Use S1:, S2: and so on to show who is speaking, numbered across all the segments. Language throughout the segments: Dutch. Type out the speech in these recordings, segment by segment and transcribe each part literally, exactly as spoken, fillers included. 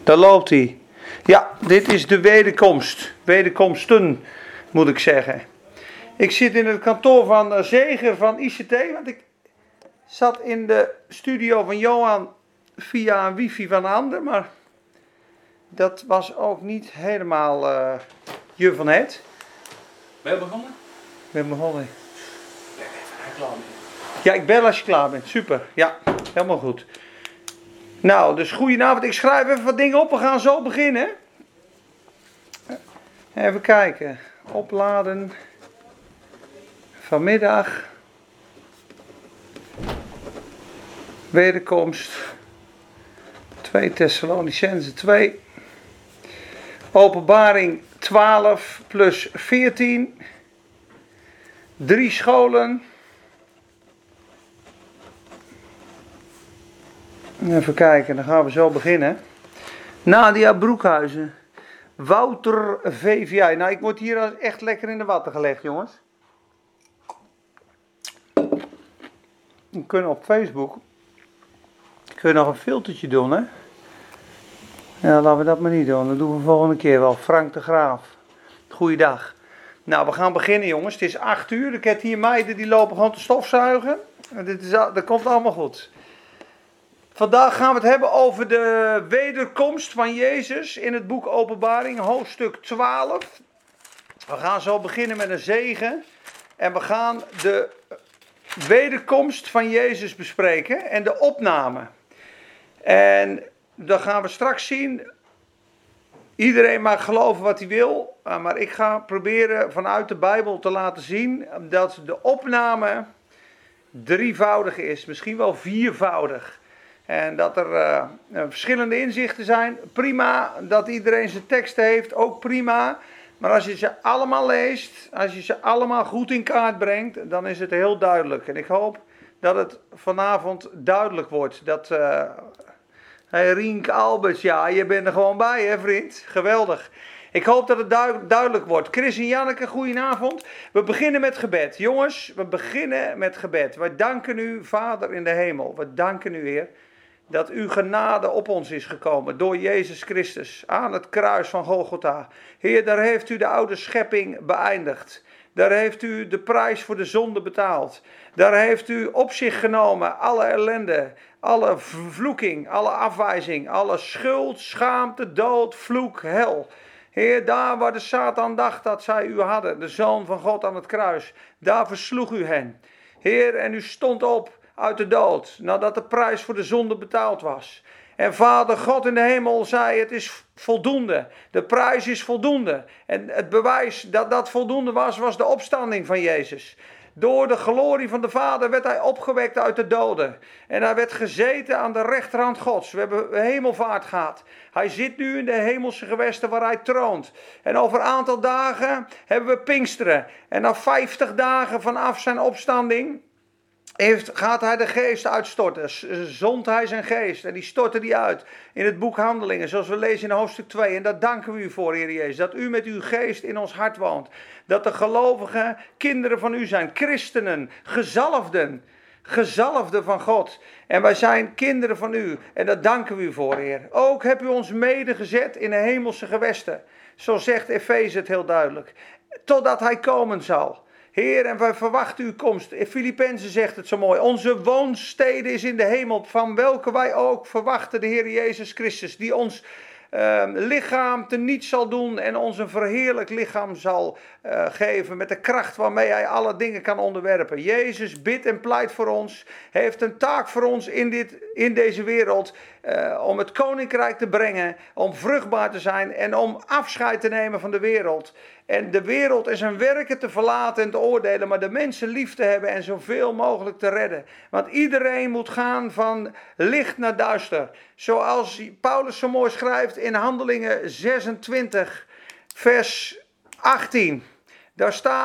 S1: Daar loopt hij. Ja, dit is de wederkomst. Wederkomsten, moet ik zeggen. Ik zit in het kantoor van Zeger van I C T, want ik zat in de studio van Johan via een wifi van een ander, maar dat was ook niet helemaal uh, je van het.
S2: Ben je begonnen?
S1: Ik ben begonnen.
S2: Ben even klaar bent.
S1: Ja, ik bel als je klaar bent. Super. Ja, helemaal goed. Nou, dus goedenavond. Ik schrijf even wat dingen op. We gaan zo beginnen. Even kijken. Opladen. Vanmiddag. Wederkomst. twee Thessalonicenzen twee. Openbaring twaalf plus veertien. Drie scholen. Even kijken, dan gaan we zo beginnen. Nadia Broekhuizen. Wouter V V I. Nou, ik word hier echt lekker in de watten gelegd, jongens. We kunnen op Facebook. Kun je nog een filtertje doen, hè? Ja, laten we dat maar niet doen. Dat doen we de volgende keer wel. Frank de Graaf. Goeiedag. Nou, we gaan beginnen, jongens. Het is acht uur. Ik heb hier meiden die lopen gewoon te stofzuigen. Dit is, dat komt allemaal goed. Vandaag gaan we het hebben over de wederkomst van Jezus in het boek Openbaring, hoofdstuk twaalf. We gaan zo beginnen met een zegen. En we gaan de wederkomst van Jezus bespreken en de opname. En dan gaan we straks zien. Iedereen mag geloven wat hij wil. Maar ik ga proberen vanuit de Bijbel te laten zien dat de opname drievoudig is. Misschien wel viervoudig. En dat er uh, verschillende inzichten zijn. Prima. Dat iedereen zijn tekst heeft. Ook prima. Maar als je ze allemaal leest. Als je ze allemaal goed in kaart brengt. Dan is het heel duidelijk. En ik hoop dat het vanavond duidelijk wordt. Dat... Uh, Hey Rienk Alberts, ja, je bent er gewoon bij, hè vriend? Geweldig. Ik hoop dat het du- duidelijk wordt. Chris en Janneke, goedenavond. We beginnen met gebed. Jongens, we beginnen met gebed. Wij danken u, Vader in de hemel. We danken u, Heer, dat uw genade op ons is gekomen door Jezus Christus aan het kruis van Golgotha. Heer, daar heeft u de oude schepping beëindigd. Daar heeft u de prijs voor de zonde betaald. Daar heeft u op zich genomen alle ellende, alle vervloeking, alle afwijzing, alle schuld, schaamte, dood, vloek, hel. Heer, daar waar de Satan dacht dat zij u hadden, de Zoon van God aan het kruis, daar versloeg u hen. Heer, en u stond op uit de dood, nadat de prijs voor de zonde betaald was. En Vader God in de hemel zei, het is voldoende. De prijs is voldoende. En het bewijs dat dat voldoende was, was de opstanding van Jezus. Door de glorie van de Vader werd hij opgewekt uit de doden. En hij werd gezeten aan de rechterhand Gods. We hebben hemelvaart gehad. Hij zit nu in de hemelse gewesten waar hij troont. En over een aantal dagen hebben we Pinksteren. En na vijftig dagen vanaf zijn opstanding Heeft, gaat hij de geest uitstorten, zond hij zijn geest en die stortte die uit in het boek Handelingen, zoals we lezen in hoofdstuk twee. En daar danken we u voor, Heer Jezus, dat u met uw geest in ons hart woont. Dat de gelovigen kinderen van u zijn, christenen, gezalfden, gezalfden van God. En wij zijn kinderen van u en daar danken we u voor, Heer. Ook hebt u ons medegezet in de hemelse gewesten, zo zegt Efeze het heel duidelijk, totdat hij komen zal. Heer, en wij verwachten uw komst. Filippenzen zegt het zo mooi. Onze woonstede is in de hemel, van welke wij ook verwachten de Heer Jezus Christus. Die ons uh, lichaam teniet zal doen en ons een verheerlijk lichaam zal uh, geven. Met de kracht waarmee hij alle dingen kan onderwerpen. Jezus bidt en pleit voor ons. Hij heeft een taak voor ons in, dit, in deze wereld. Uh, om het koninkrijk te brengen. Om vruchtbaar te zijn en om afscheid te nemen van de wereld. En de wereld en zijn werken te verlaten en te oordelen, maar de mensen lief te hebben en zoveel mogelijk te redden. Want iedereen moet gaan van licht naar duister. Zoals Paulus zo mooi schrijft in Handelingen zesentwintig, vers achttien. Daar staat,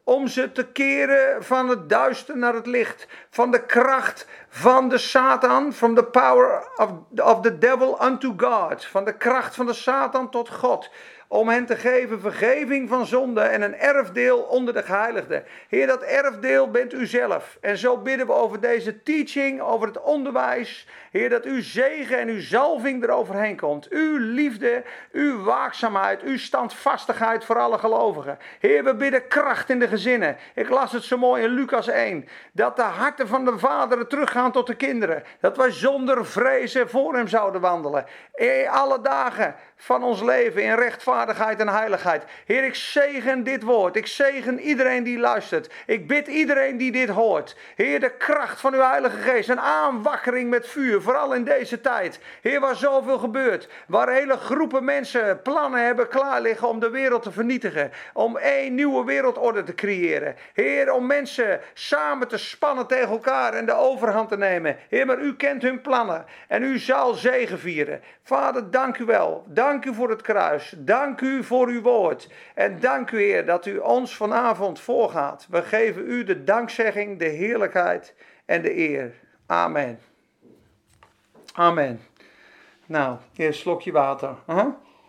S1: om ze te keren van het duister naar het licht. Van de kracht van de Satan, from the power of, of the devil unto God. Van de kracht van de Satan tot God. Om hen te geven vergeving van zonde en een erfdeel onder de geheiligden. Heer, dat erfdeel bent u zelf. En zo bidden we over deze teaching, over het onderwijs. Heer, dat uw zegen en uw zalving eroverheen komt. Uw liefde, uw waakzaamheid, uw standvastigheid voor alle gelovigen. Heer, we bidden kracht in de gezinnen. Ik las het zo mooi in Lucas één. Dat de harten van de vaderen teruggaan tot de kinderen. Dat wij zonder vrezen voor hem zouden wandelen. In alle dagen van ons leven in rechtvaardigheid en heiligheid. Heer, ik zegen dit woord. Ik zegen iedereen die luistert. Ik bid iedereen die dit hoort. Heer, de kracht van uw Heilige Geest. Een aanwakkering met vuur. Vooral in deze tijd. Heer, waar zoveel gebeurt. Waar hele groepen mensen plannen hebben klaar liggen om de wereld te vernietigen. Om één nieuwe wereldorde te creëren. Heer, om mensen samen te spannen tegen elkaar en de overhand te nemen. Heer, maar u kent hun plannen. En u zal zegevieren. Vader, dank u wel. Dank u voor het kruis. Dank u voor uw woord. En dank u, Heer, dat u ons vanavond voorgaat. We geven u de dankzegging, de heerlijkheid en de eer. Amen. Amen. Nou, hier een slokje water. Huh?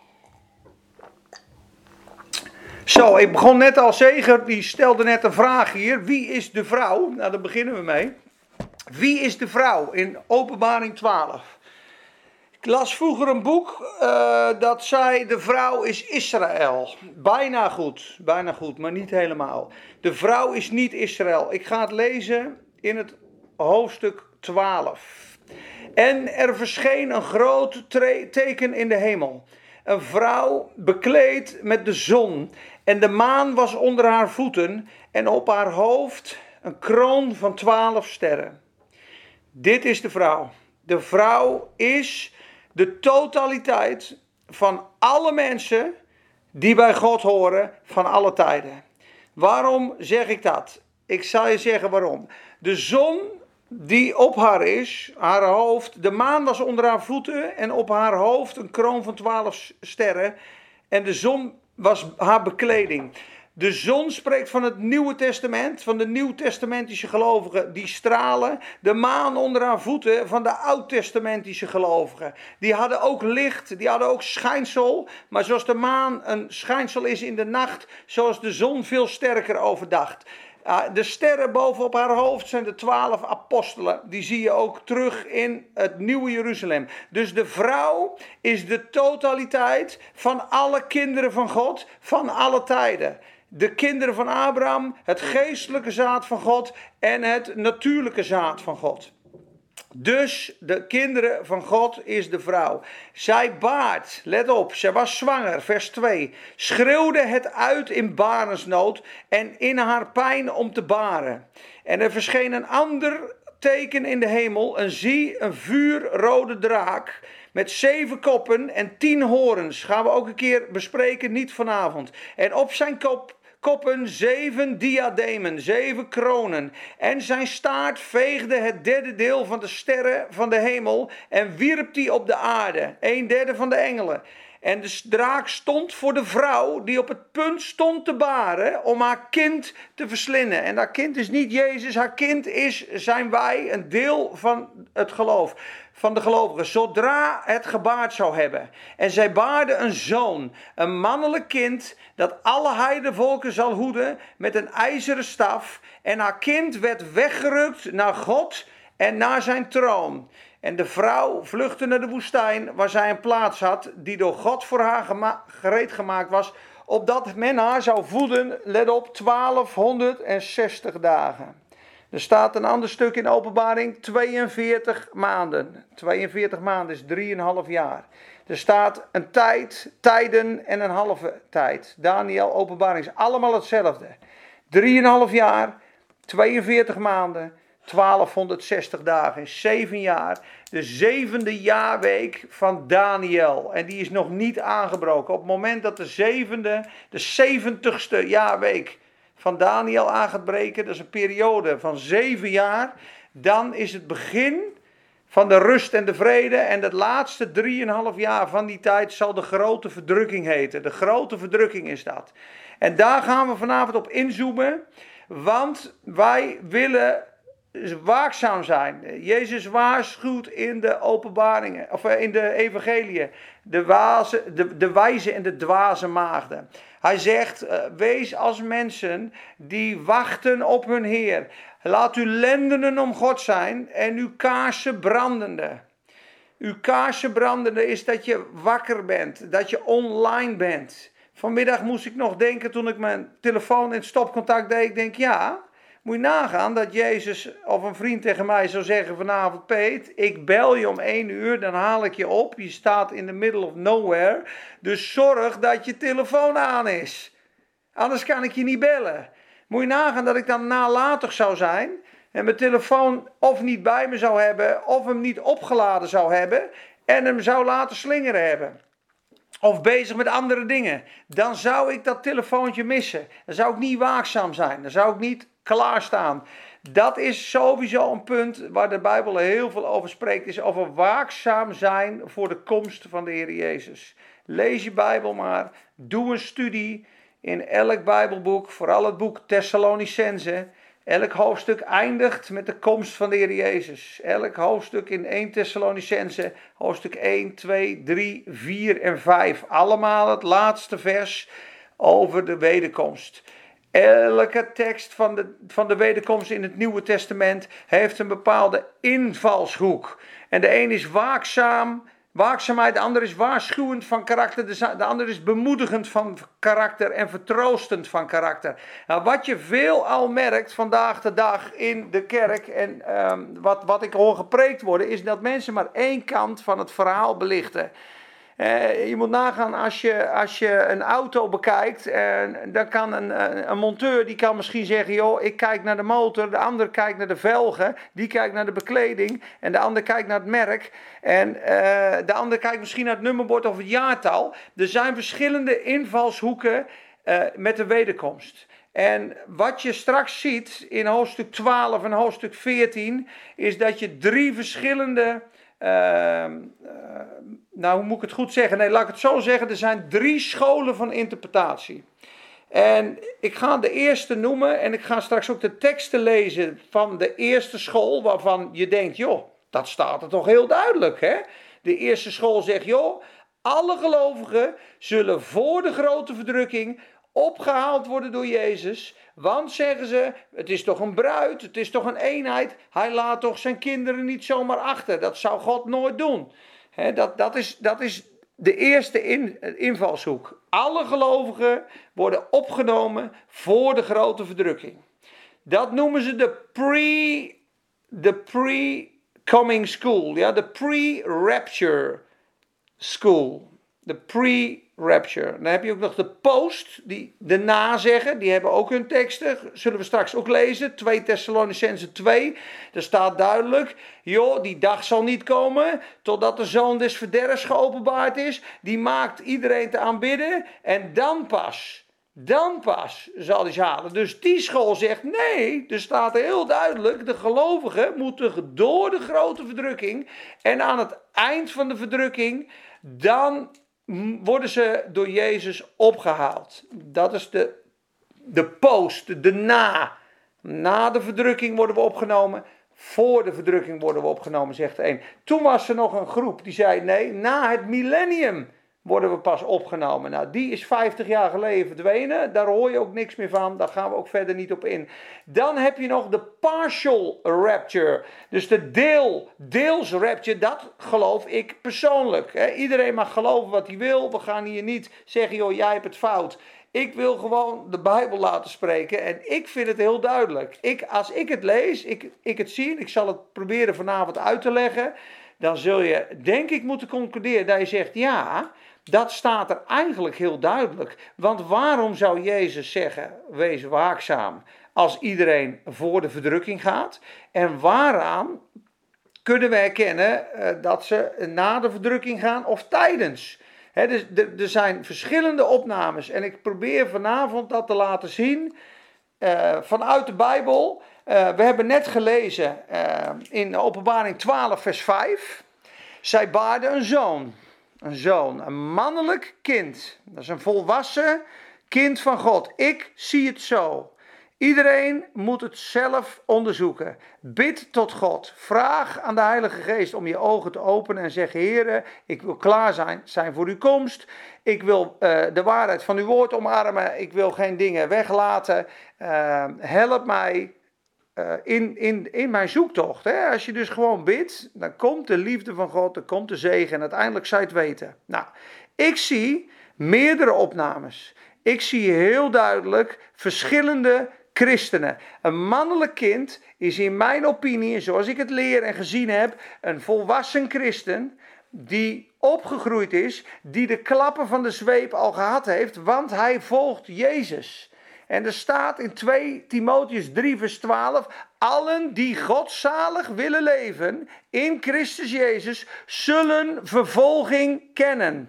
S1: Zo, ik begon net al, Zeger, die stelde net een vraag hier. Wie is de vrouw? Nou, daar beginnen we mee. Wie is de vrouw in Openbaring twaalf? Ik las vroeger een boek uh, dat zei de vrouw is Israël. Bijna goed, bijna goed, maar niet helemaal. De vrouw is niet Israël. Ik ga het lezen in het hoofdstuk twaalf. En er verscheen een groot tre- teken in de hemel. Een vrouw bekleed met de zon. En de maan was onder haar voeten. En op haar hoofd een kroon van twaalf sterren. Dit is de vrouw. De vrouw is de totaliteit van alle mensen die bij God horen van alle tijden. Waarom zeg ik dat? Ik zal je zeggen waarom. De zon die op haar is, haar hoofd, de maan was onder haar voeten en op haar hoofd een kroon van twaalf sterren. En de zon was haar bekleding. De zon spreekt van het Nieuwe Testament, van de Nieuwtestamentische gelovigen, die stralen. De maan onder haar voeten van de Oud-testamentische gelovigen. Die hadden ook licht, die hadden ook schijnsel. Maar zoals de maan een schijnsel is in de nacht, zoals de zon veel sterker overdag. De sterren bovenop haar hoofd zijn de twaalf apostelen. Die zie je ook terug in het Nieuwe Jeruzalem. Dus de vrouw is de totaliteit van alle kinderen van God, van alle tijden. De kinderen van Abraham, het geestelijke zaad van God en het natuurlijke zaad van God. Dus de kinderen van God is de vrouw. Zij baart, let op, zij was zwanger, vers twee. Schreeuwde het uit in barensnood en in haar pijn om te baren. En er verscheen een ander teken in de hemel, en zie een vuurrode draak met zeven koppen en tien horens. Gaan we ook een keer bespreken, niet vanavond. En op zijn kop koppen zeven diademen, zeven kronen. En zijn staart veegde het derde deel van de sterren van de hemel en wierp die op de aarde, een derde van de engelen. En de draak stond voor de vrouw die op het punt stond te baren om haar kind te verslinden. En haar kind is niet Jezus, haar kind is, zijn wij, een deel van het geloof. Van de gelovigen, zodra het gebaard zou hebben. En zij baarde een zoon, een mannelijk kind, dat alle heidenvolken zal hoeden met een ijzeren staf. En haar kind werd weggerukt naar God en naar zijn troon. En de vrouw vluchtte naar de woestijn, waar zij een plaats had, die door God voor haar gema- gereed gemaakt was, opdat men haar zou voeden, let op, twaalfhonderdzestig dagen. Er staat een ander stuk in Openbaring, tweeënveertig maanden. tweeënveertig maanden is drieënhalf jaar. Er staat een tijd, tijden en een halve tijd. Daniel, Openbaring is allemaal hetzelfde. drieënhalf jaar, tweeënveertig maanden, twaalfhonderdzestig dagen, zeven jaar. De zevende jaarweek van Daniel. En die is nog niet aangebroken. Op het moment dat de zevende, de zeventigste jaarweek van Daniel aan gaat breken, dat is een periode van zeven jaar, dan is het begin van de rust en de vrede. En het laatste drieënhalf jaar van die tijd zal de grote verdrukking heten. De grote verdrukking is dat. En daar gaan we vanavond op inzoomen. Want wij willen waakzaam zijn. Jezus waarschuwt in de openbaringen, of in de evangeliën, de, waze, de, de wijze en de dwaze maagden. Hij zegt, uh, wees als mensen die wachten op hun Heer. Laat uw lendenen om God zijn en uw kaarsen brandende. Uw kaarsen brandende is dat je wakker bent, dat je online bent. Vanmiddag moest ik nog denken toen ik mijn telefoon in stopcontact deed. Ik denk, ja, moet je nagaan dat Jezus of een vriend tegen mij zou zeggen vanavond, Peet, ik bel je om één uur, dan haal ik je op. Je staat in the middle of nowhere, dus zorg dat je telefoon aan is. Anders kan ik je niet bellen. Moet je nagaan dat ik dan nalatig zou zijn en mijn telefoon of niet bij me zou hebben, of hem niet opgeladen zou hebben en hem zou laten slingeren hebben. Of bezig met andere dingen. Dan zou ik dat telefoontje missen. Dan zou ik niet waakzaam zijn. Dan zou ik niet klaarstaan. Dat is sowieso een punt waar de Bijbel heel veel over spreekt. Is over waakzaam zijn voor de komst van de Heer Jezus. Lees je Bijbel maar. Doe een studie in elk Bijbelboek. Vooral het boek Thessalonicense. Elk hoofdstuk eindigt met de komst van de Heer Jezus. Elk hoofdstuk in één Thessalonicense, hoofdstuk één, twee, drie, vier en vijf. Allemaal het laatste vers over de wederkomst. Elke tekst van de, van de wederkomst in het Nieuwe Testament heeft een bepaalde invalshoek. En de een is waakzaam, waakzaamheid, de ander is waarschuwend van karakter, de ander is bemoedigend van karakter en vertroostend van karakter. Nou, wat je veel al merkt vandaag de dag in de kerk en um, wat, wat ik hoor gepreekt worden, is dat mensen maar één kant van het verhaal belichten. Uh, je moet nagaan als je, als je een auto bekijkt, uh, dan kan een, een monteur die kan misschien zeggen, joh, ik kijk naar de motor, de ander kijkt naar de velgen, die kijkt naar de bekleding en de ander kijkt naar het merk en uh, de ander kijkt misschien naar het nummerbord of het jaartal. Er zijn verschillende invalshoeken uh, met de wederkomst. En wat je straks ziet in hoofdstuk twaalf en hoofdstuk veertien is dat je drie verschillende Uh, uh, nou, hoe moet ik het goed zeggen? Nee, laat ik het zo zeggen. Er zijn drie scholen van interpretatie. En ik ga de eerste noemen. En ik ga straks ook de teksten lezen van de eerste school. Waarvan je denkt, joh, dat staat er toch heel duidelijk, hè? De eerste school zegt, joh, alle gelovigen zullen voor de grote verdrukking opgehaald worden door Jezus. Want, zeggen ze, het is toch een bruid, het is toch een eenheid. Hij laat toch zijn kinderen niet zomaar achter. Dat zou God nooit doen. He, dat, dat, is, dat is de eerste in, invalshoek. Alle gelovigen worden opgenomen voor de grote verdrukking. Dat noemen ze de pre, de pre-coming school. Ja, de pre-rapture school. De pre-rapture. Dan heb je ook nog de post, die de na zeggen. Die hebben ook hun teksten. Zullen we straks ook lezen. twee Thessalonicense twee. Daar staat duidelijk. Joh, die dag zal niet komen. Totdat de zoon des verderfs geopenbaard is. Die maakt iedereen te aanbidden. En dan pas. Dan pas zal hij ze halen. Dus die school zegt nee. Er staat heel duidelijk. De gelovigen moeten door de grote verdrukking. En aan het eind van de verdrukking. Dan worden ze door Jezus opgehaald. Dat is de, de post, de na. Na de verdrukking worden we opgenomen. Voor de verdrukking worden we opgenomen, zegt de een. Toen was er nog een groep die zei, nee, na het millennium worden we pas opgenomen. Nou, die is vijftig jaar geleden verdwenen. Daar hoor je ook niks meer van. Daar gaan we ook verder niet op in. Dan heb je nog de partial rapture. Dus de deel, deels rapture, dat geloof ik persoonlijk. Hè. Iedereen mag geloven wat hij wil. We gaan hier niet zeggen, joh, jij hebt het fout. Ik wil gewoon de Bijbel laten spreken. En ik vind het heel duidelijk. Ik, als ik het lees, ik, ik het zie, ik zal het proberen vanavond uit te leggen. Dan zul je, denk ik, moeten concluderen dat je zegt, ja, dat staat er eigenlijk heel duidelijk. Want waarom zou Jezus zeggen, wees waakzaam, als iedereen voor de verdrukking gaat? En waaraan kunnen we herkennen uh, dat ze na de verdrukking gaan of tijdens? He, dus, er zijn verschillende opnames en ik probeer vanavond dat te laten zien uh, vanuit de Bijbel. Uh, we hebben net gelezen uh, in Openbaring twaalf vers vijf. Zij baarde een zoon. Een zoon, een mannelijk kind. Dat is een volwassen kind van God. Ik zie het zo. Iedereen moet het zelf onderzoeken. Bid tot God. Vraag aan de Heilige Geest om je ogen te openen en zeg: Heere, ik wil klaar zijn, zijn voor uw komst. Ik wil uh, de waarheid van uw woord omarmen. Ik wil geen dingen weglaten. Uh, help mij uh, in, in, in mijn zoektocht. Hè? Als je dus gewoon bidt, dan komt de liefde van God, dan komt de zegen en uiteindelijk zal je het weten. Nou, ik zie meerdere opnames. Ik zie heel duidelijk verschillende christenen. Een mannelijk kind is in mijn opinie, zoals ik het leer en gezien heb, een volwassen christen die opgegroeid is, die de klappen van de zweep al gehad heeft, want hij volgt Jezus. En er staat in twee Timotheüs drie vers twaalf, allen die godzalig willen leven in Christus Jezus, zullen vervolging kennen.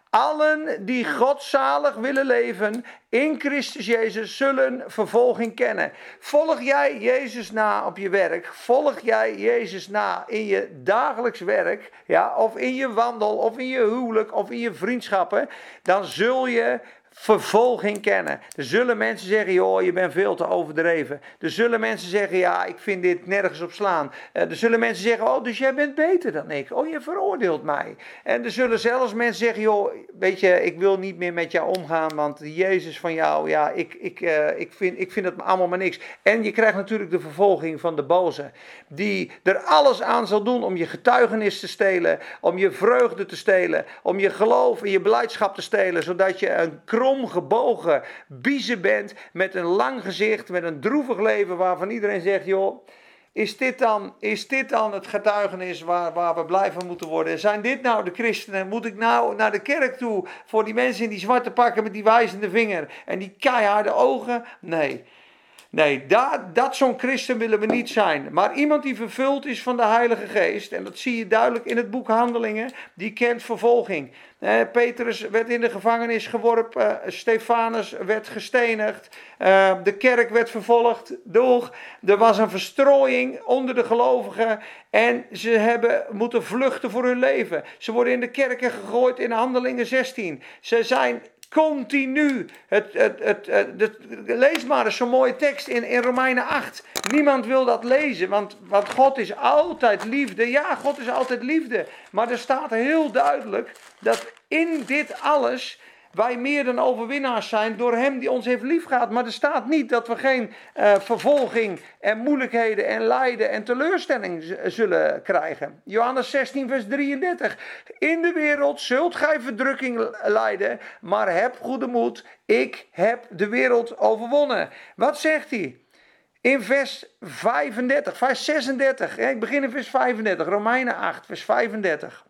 S1: Allen die godzalig willen leven in Christus Jezus zullen vervolging kennen. Volg jij Jezus na op je werk? Volg jij Jezus na in je dagelijks werk? Ja, of in je wandel, of in je huwelijk, of in je vriendschappen? Dan zul je vervolging kennen. Er zullen mensen zeggen, joh, je bent veel te overdreven. Er zullen mensen zeggen, ja, ik vind dit nergens op slaan. Er zullen mensen zeggen, oh, dus jij bent beter dan ik. Oh, je veroordeelt mij. En er zullen zelfs mensen zeggen, joh, weet je, ik wil niet meer met jou omgaan, want Jezus van jou, ja, ik, ik, uh, ik, vind, ik vind het allemaal maar niks. En je krijgt natuurlijk de vervolging van de boze, die er alles aan zal doen om je getuigenis te stelen, om je vreugde te stelen, om je geloof en je blijdschap te stelen, zodat je een krom gebogen biezen bent met een lang gezicht, met een droevig leven waarvan iedereen zegt, joh, is dit dan, is dit dan het getuigenis waar, waar we blij van moeten worden? Zijn dit nou de christenen? Moet ik nou naar de kerk toe voor die mensen in die zwarte pakken met die wijzende vinger en die keiharde ogen? Nee. Nee, dat, dat zo'n christen willen we niet zijn. Maar iemand die vervuld is van de Heilige Geest, en dat zie je duidelijk in het boek Handelingen, die kent vervolging. Eh, Petrus werd in de gevangenis geworpen, uh, Stefanus werd gestenigd, uh, de kerk werd vervolgd. Door. Er was een verstrooiing onder de gelovigen en ze hebben moeten vluchten voor hun leven. Ze worden in de kerken gegooid in Handelingen zestien. Ze zijn continu, het, het, het, het, het, lees maar eens zo'n mooie tekst in, in Romeinen acht. Niemand wil dat lezen, want, want God is altijd liefde. Ja, God is altijd liefde. Maar er staat heel duidelijk dat in dit alles wij meer dan overwinnaars zijn door hem die ons heeft liefgehad. Maar er staat niet dat we geen uh, vervolging en moeilijkheden en lijden en teleurstelling z- zullen krijgen. Johannes zestien vers drieëndertig. In de wereld zult gij verdrukking lijden, maar heb goede moed. Ik heb de wereld overwonnen. Wat zegt hij? In vers vijfendertig, vers zesendertig. Hè? Ik begin in vers vijfendertig, Romeinen acht, vers vijfendertig.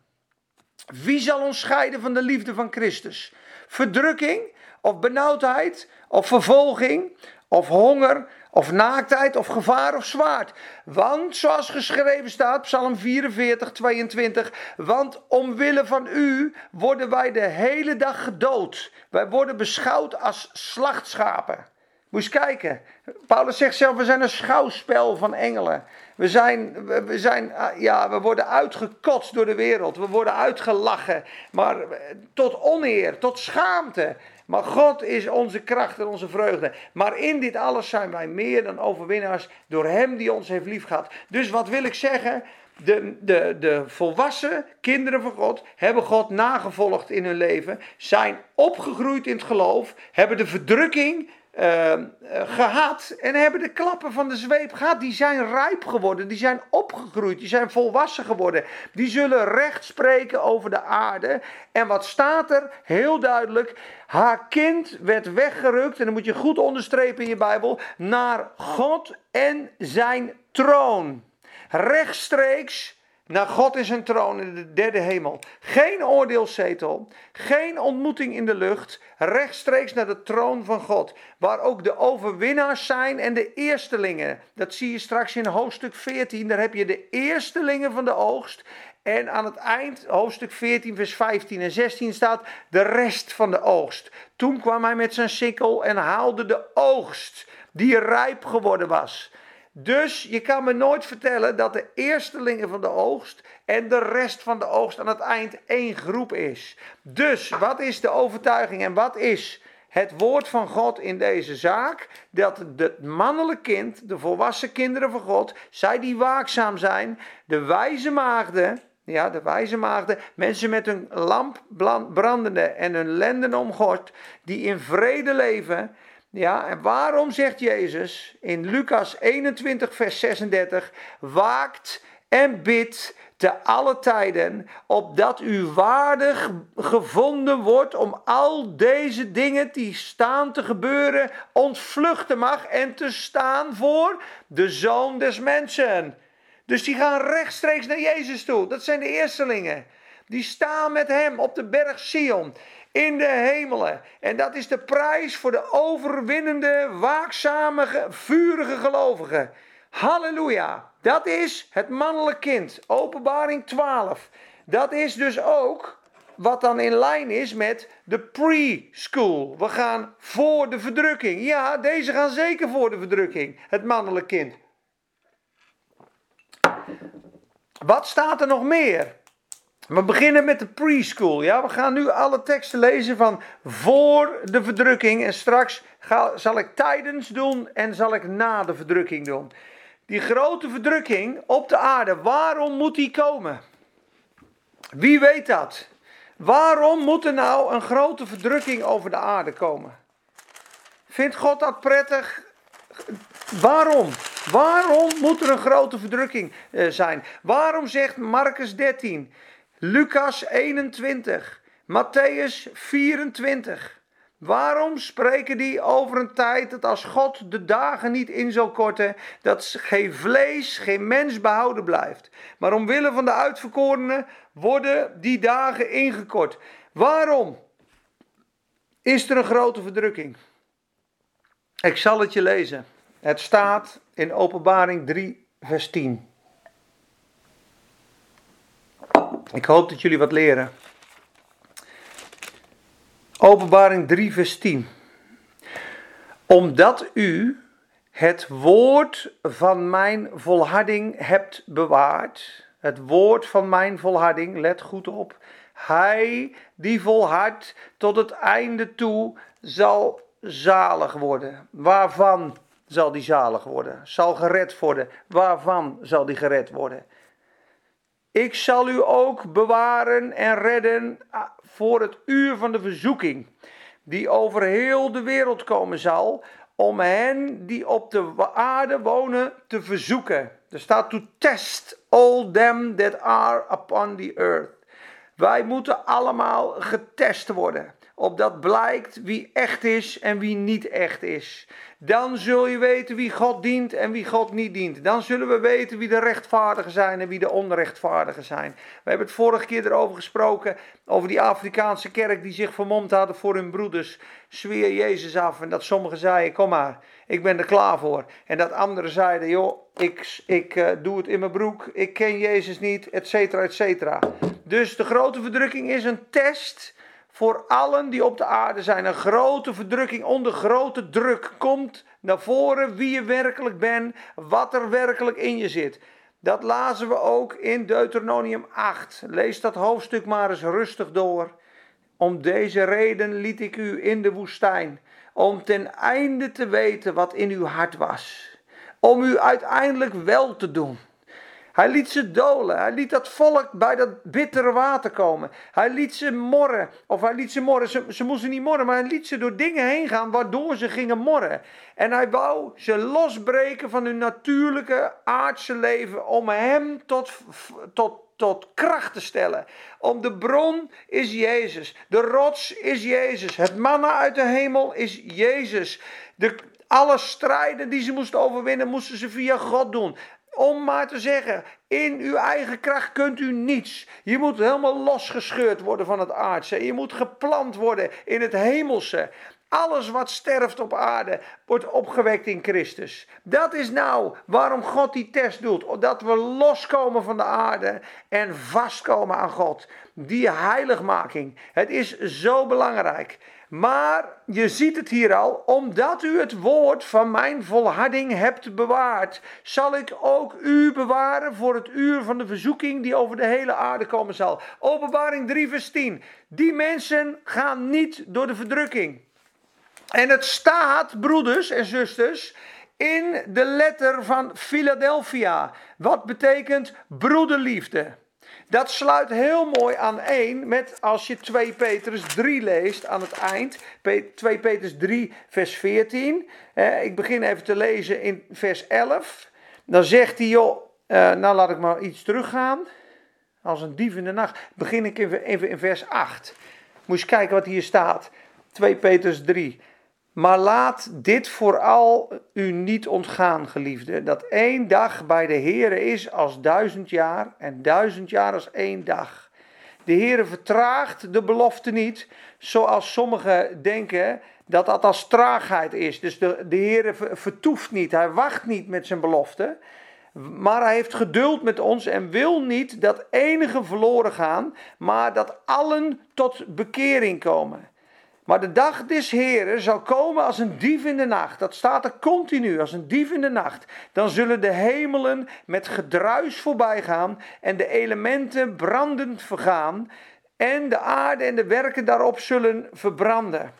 S1: Wie zal ons scheiden van de liefde van Christus? Verdrukking, of benauwdheid, of vervolging, of honger, of naaktheid, of gevaar, of zwaard. Want, zoals geschreven staat, Psalm vierenveertig, tweeëntwintig, want omwille van u worden wij de hele dag gedood. Wij worden beschouwd als slachtschapen. Moet je eens kijken. Paulus zegt zelf, we zijn een schouwspel van engelen. We zijn, we zijn, ja, we worden uitgekotst door de wereld. We worden uitgelachen. Maar tot oneer, tot schaamte. Maar God is onze kracht en onze vreugde. Maar in dit alles zijn wij meer dan overwinnaars door hem die ons heeft liefgehad. Dus wat wil ik zeggen? De, de, de volwassen kinderen van God hebben God nagevolgd in hun leven. Zijn opgegroeid in het geloof. Hebben de verdrukking Uh, uh, gehad en hebben de klappen van de zweep gehad. Die zijn rijp geworden, die zijn opgegroeid, die zijn volwassen geworden. Die zullen recht spreken over de aarde. En wat staat er? Heel duidelijk, haar kind werd weggerukt, en dan moet je goed onderstrepen in je Bijbel, naar God en zijn troon. Rechtstreeks naar God in zijn troon in de derde hemel. Geen oordeelszetel, geen ontmoeting in de lucht, rechtstreeks naar de troon van God. Waar ook de overwinnaars zijn en de eerstelingen. Dat zie je straks in hoofdstuk veertien, daar heb je de eerstelingen van de oogst. En aan het eind, hoofdstuk veertien, vers vijftien en zestien staat de rest van de oogst. Toen kwam hij met zijn sikkel en haalde de oogst die rijp geworden was. Dus je kan me nooit vertellen dat de eerstelingen van de oogst en de rest van de oogst aan het eind één groep is. Dus wat is de overtuiging en wat is het woord van God in deze zaak? Dat het mannelijk kind, de volwassen kinderen van God, zij die waakzaam zijn, de wijze maagden, ja, de wijze maagden, mensen met hun lamp brandende en hun lenden omgord, die in vrede leven. Ja, en waarom zegt Jezus in Lucas eenentwintig vers zesendertig, waakt en bidt te alle tijden, opdat u waardig gevonden wordt om al deze dingen die staan te gebeuren, ontvluchten mag en te staan voor de Zoon des Mensen. Dus die gaan rechtstreeks naar Jezus toe. Dat zijn de eerstelingen. Die staan met hem op de berg Sion, in de hemelen. En dat is de prijs voor de overwinnende, waakzame, vurige gelovigen. Halleluja. Dat is het mannelijk kind. Openbaring twaalf. Dat is dus ook wat dan in lijn is met de preschool. We gaan voor de verdrukking. Ja, deze gaan zeker voor de verdrukking. Het mannelijk kind. Wat staat er nog meer? We beginnen met de preschool. Ja? We gaan nu alle teksten lezen van voor de verdrukking. En straks ga, zal ik tijdens doen en zal ik na de verdrukking doen. Die grote verdrukking op de aarde, waarom moet die komen? Wie weet dat? Waarom moet er nou een grote verdrukking over de aarde komen? Vindt God dat prettig? Waarom? Waarom moet er een grote verdrukking uh, zijn? Waarom zegt Marcus dertien, Lucas eenentwintig, Matthäus vierentwintig... Waarom spreken die over een tijd dat als God de dagen niet in zal korten, dat geen vlees, geen mens behouden blijft? Maar omwille van de uitverkorenen worden die dagen ingekort. Waarom is er een grote verdrukking? Ik zal het je lezen. Het staat in Openbaring drie vers tien. Ik hoop dat jullie wat leren. Openbaring drie vers tien. Omdat u het woord van mijn volharding hebt bewaard. Het woord van mijn volharding, let goed op. Hij die volhardt tot het einde toe zal zalig worden. Waarvan zal die zalig worden? Zal gered worden. Waarvan zal die gered worden? Ik zal u ook bewaren en redden voor het uur van de verzoeking, die over heel de wereld komen zal, om hen die op de aarde wonen te verzoeken. Er staat to test all them that are upon the earth. Wij moeten allemaal getest worden, opdat blijkt wie echt is en wie niet echt is. Dan zul je weten wie God dient en wie God niet dient. Dan zullen we weten wie de rechtvaardigen zijn en wie de onrechtvaardigen zijn. We hebben het vorige keer erover gesproken, over die Afrikaanse kerk die zich vermomd hadden voor hun broeders. Zweer Jezus af en dat sommigen zeiden, kom maar, ik ben er klaar voor. En dat anderen zeiden, joh, ik, ik uh, doe het in mijn broek, ik ken Jezus niet, et cetera, et cetera. Dus de grote verdrukking is een test voor allen die op de aarde zijn. Een grote verdrukking onder grote druk komt naar voren wie je werkelijk bent, wat er werkelijk in je zit. Dat lazen we ook in Deuteronomium acht. Lees dat hoofdstuk maar eens rustig door. Om deze reden liet ik u in de woestijn, om ten einde te weten wat in uw hart was. Om u uiteindelijk wel te doen. Hij liet ze dolen. Hij liet dat volk bij dat bittere water komen. Hij liet ze morren. Of hij liet ze morren. Ze, ze moesten niet morren. Maar hij liet ze door dingen heen gaan waardoor ze gingen morren. En hij wou ze losbreken van hun natuurlijke aardse leven. Om hem tot, tot, tot kracht te stellen. Om de bron is Jezus. De rots is Jezus. Het manna uit de hemel is Jezus. De, alle strijden die ze moesten overwinnen moesten ze via God doen. Om maar te zeggen, in uw eigen kracht kunt u niets. Je moet helemaal losgescheurd worden van het aardse. Je moet geplant worden in het hemelse. Alles wat sterft op aarde wordt opgewekt in Christus. Dat is nou waarom God die test doet. Dat we loskomen van de aarde en vastkomen aan God. Die heiligmaking. Het is zo belangrijk. Maar je ziet het hier al, omdat u het woord van mijn volharding hebt bewaard, zal ik ook u bewaren voor het uur van de verzoeking die over de hele aarde komen zal. Openbaring drie vers tien. Die mensen gaan niet door de verdrukking. En het staat, broeders en zusters, in de letter van Philadelphia. Wat betekent broederliefde? Dat sluit heel mooi aan één met als je twee Petrus drie leest aan het eind. twee Petrus drie vers veertien. Eh, ik begin even te lezen in vers elf. Dan zegt hij, joh, eh, nou laat ik maar iets teruggaan. Als een dief in de nacht. Begin ik even, even in vers acht. Moet je kijken wat hier staat. twee Petrus drie. Maar laat dit vooral u niet ontgaan, geliefden, dat één dag bij de Heere is als duizend jaar en duizend jaar als één dag. De Heere vertraagt de belofte niet, zoals sommigen denken dat dat als traagheid is. Dus de, de Heere vertoeft niet, hij wacht niet met zijn belofte, maar hij heeft geduld met ons en wil niet dat enigen verloren gaan, maar dat allen tot bekering komen. Maar de dag des Heren zal komen als een dief in de nacht. Dat staat er continu, als een dief in de nacht. Dan zullen de hemelen met gedruis voorbij gaan en de elementen brandend vergaan. En de aarde en de werken daarop zullen verbranden.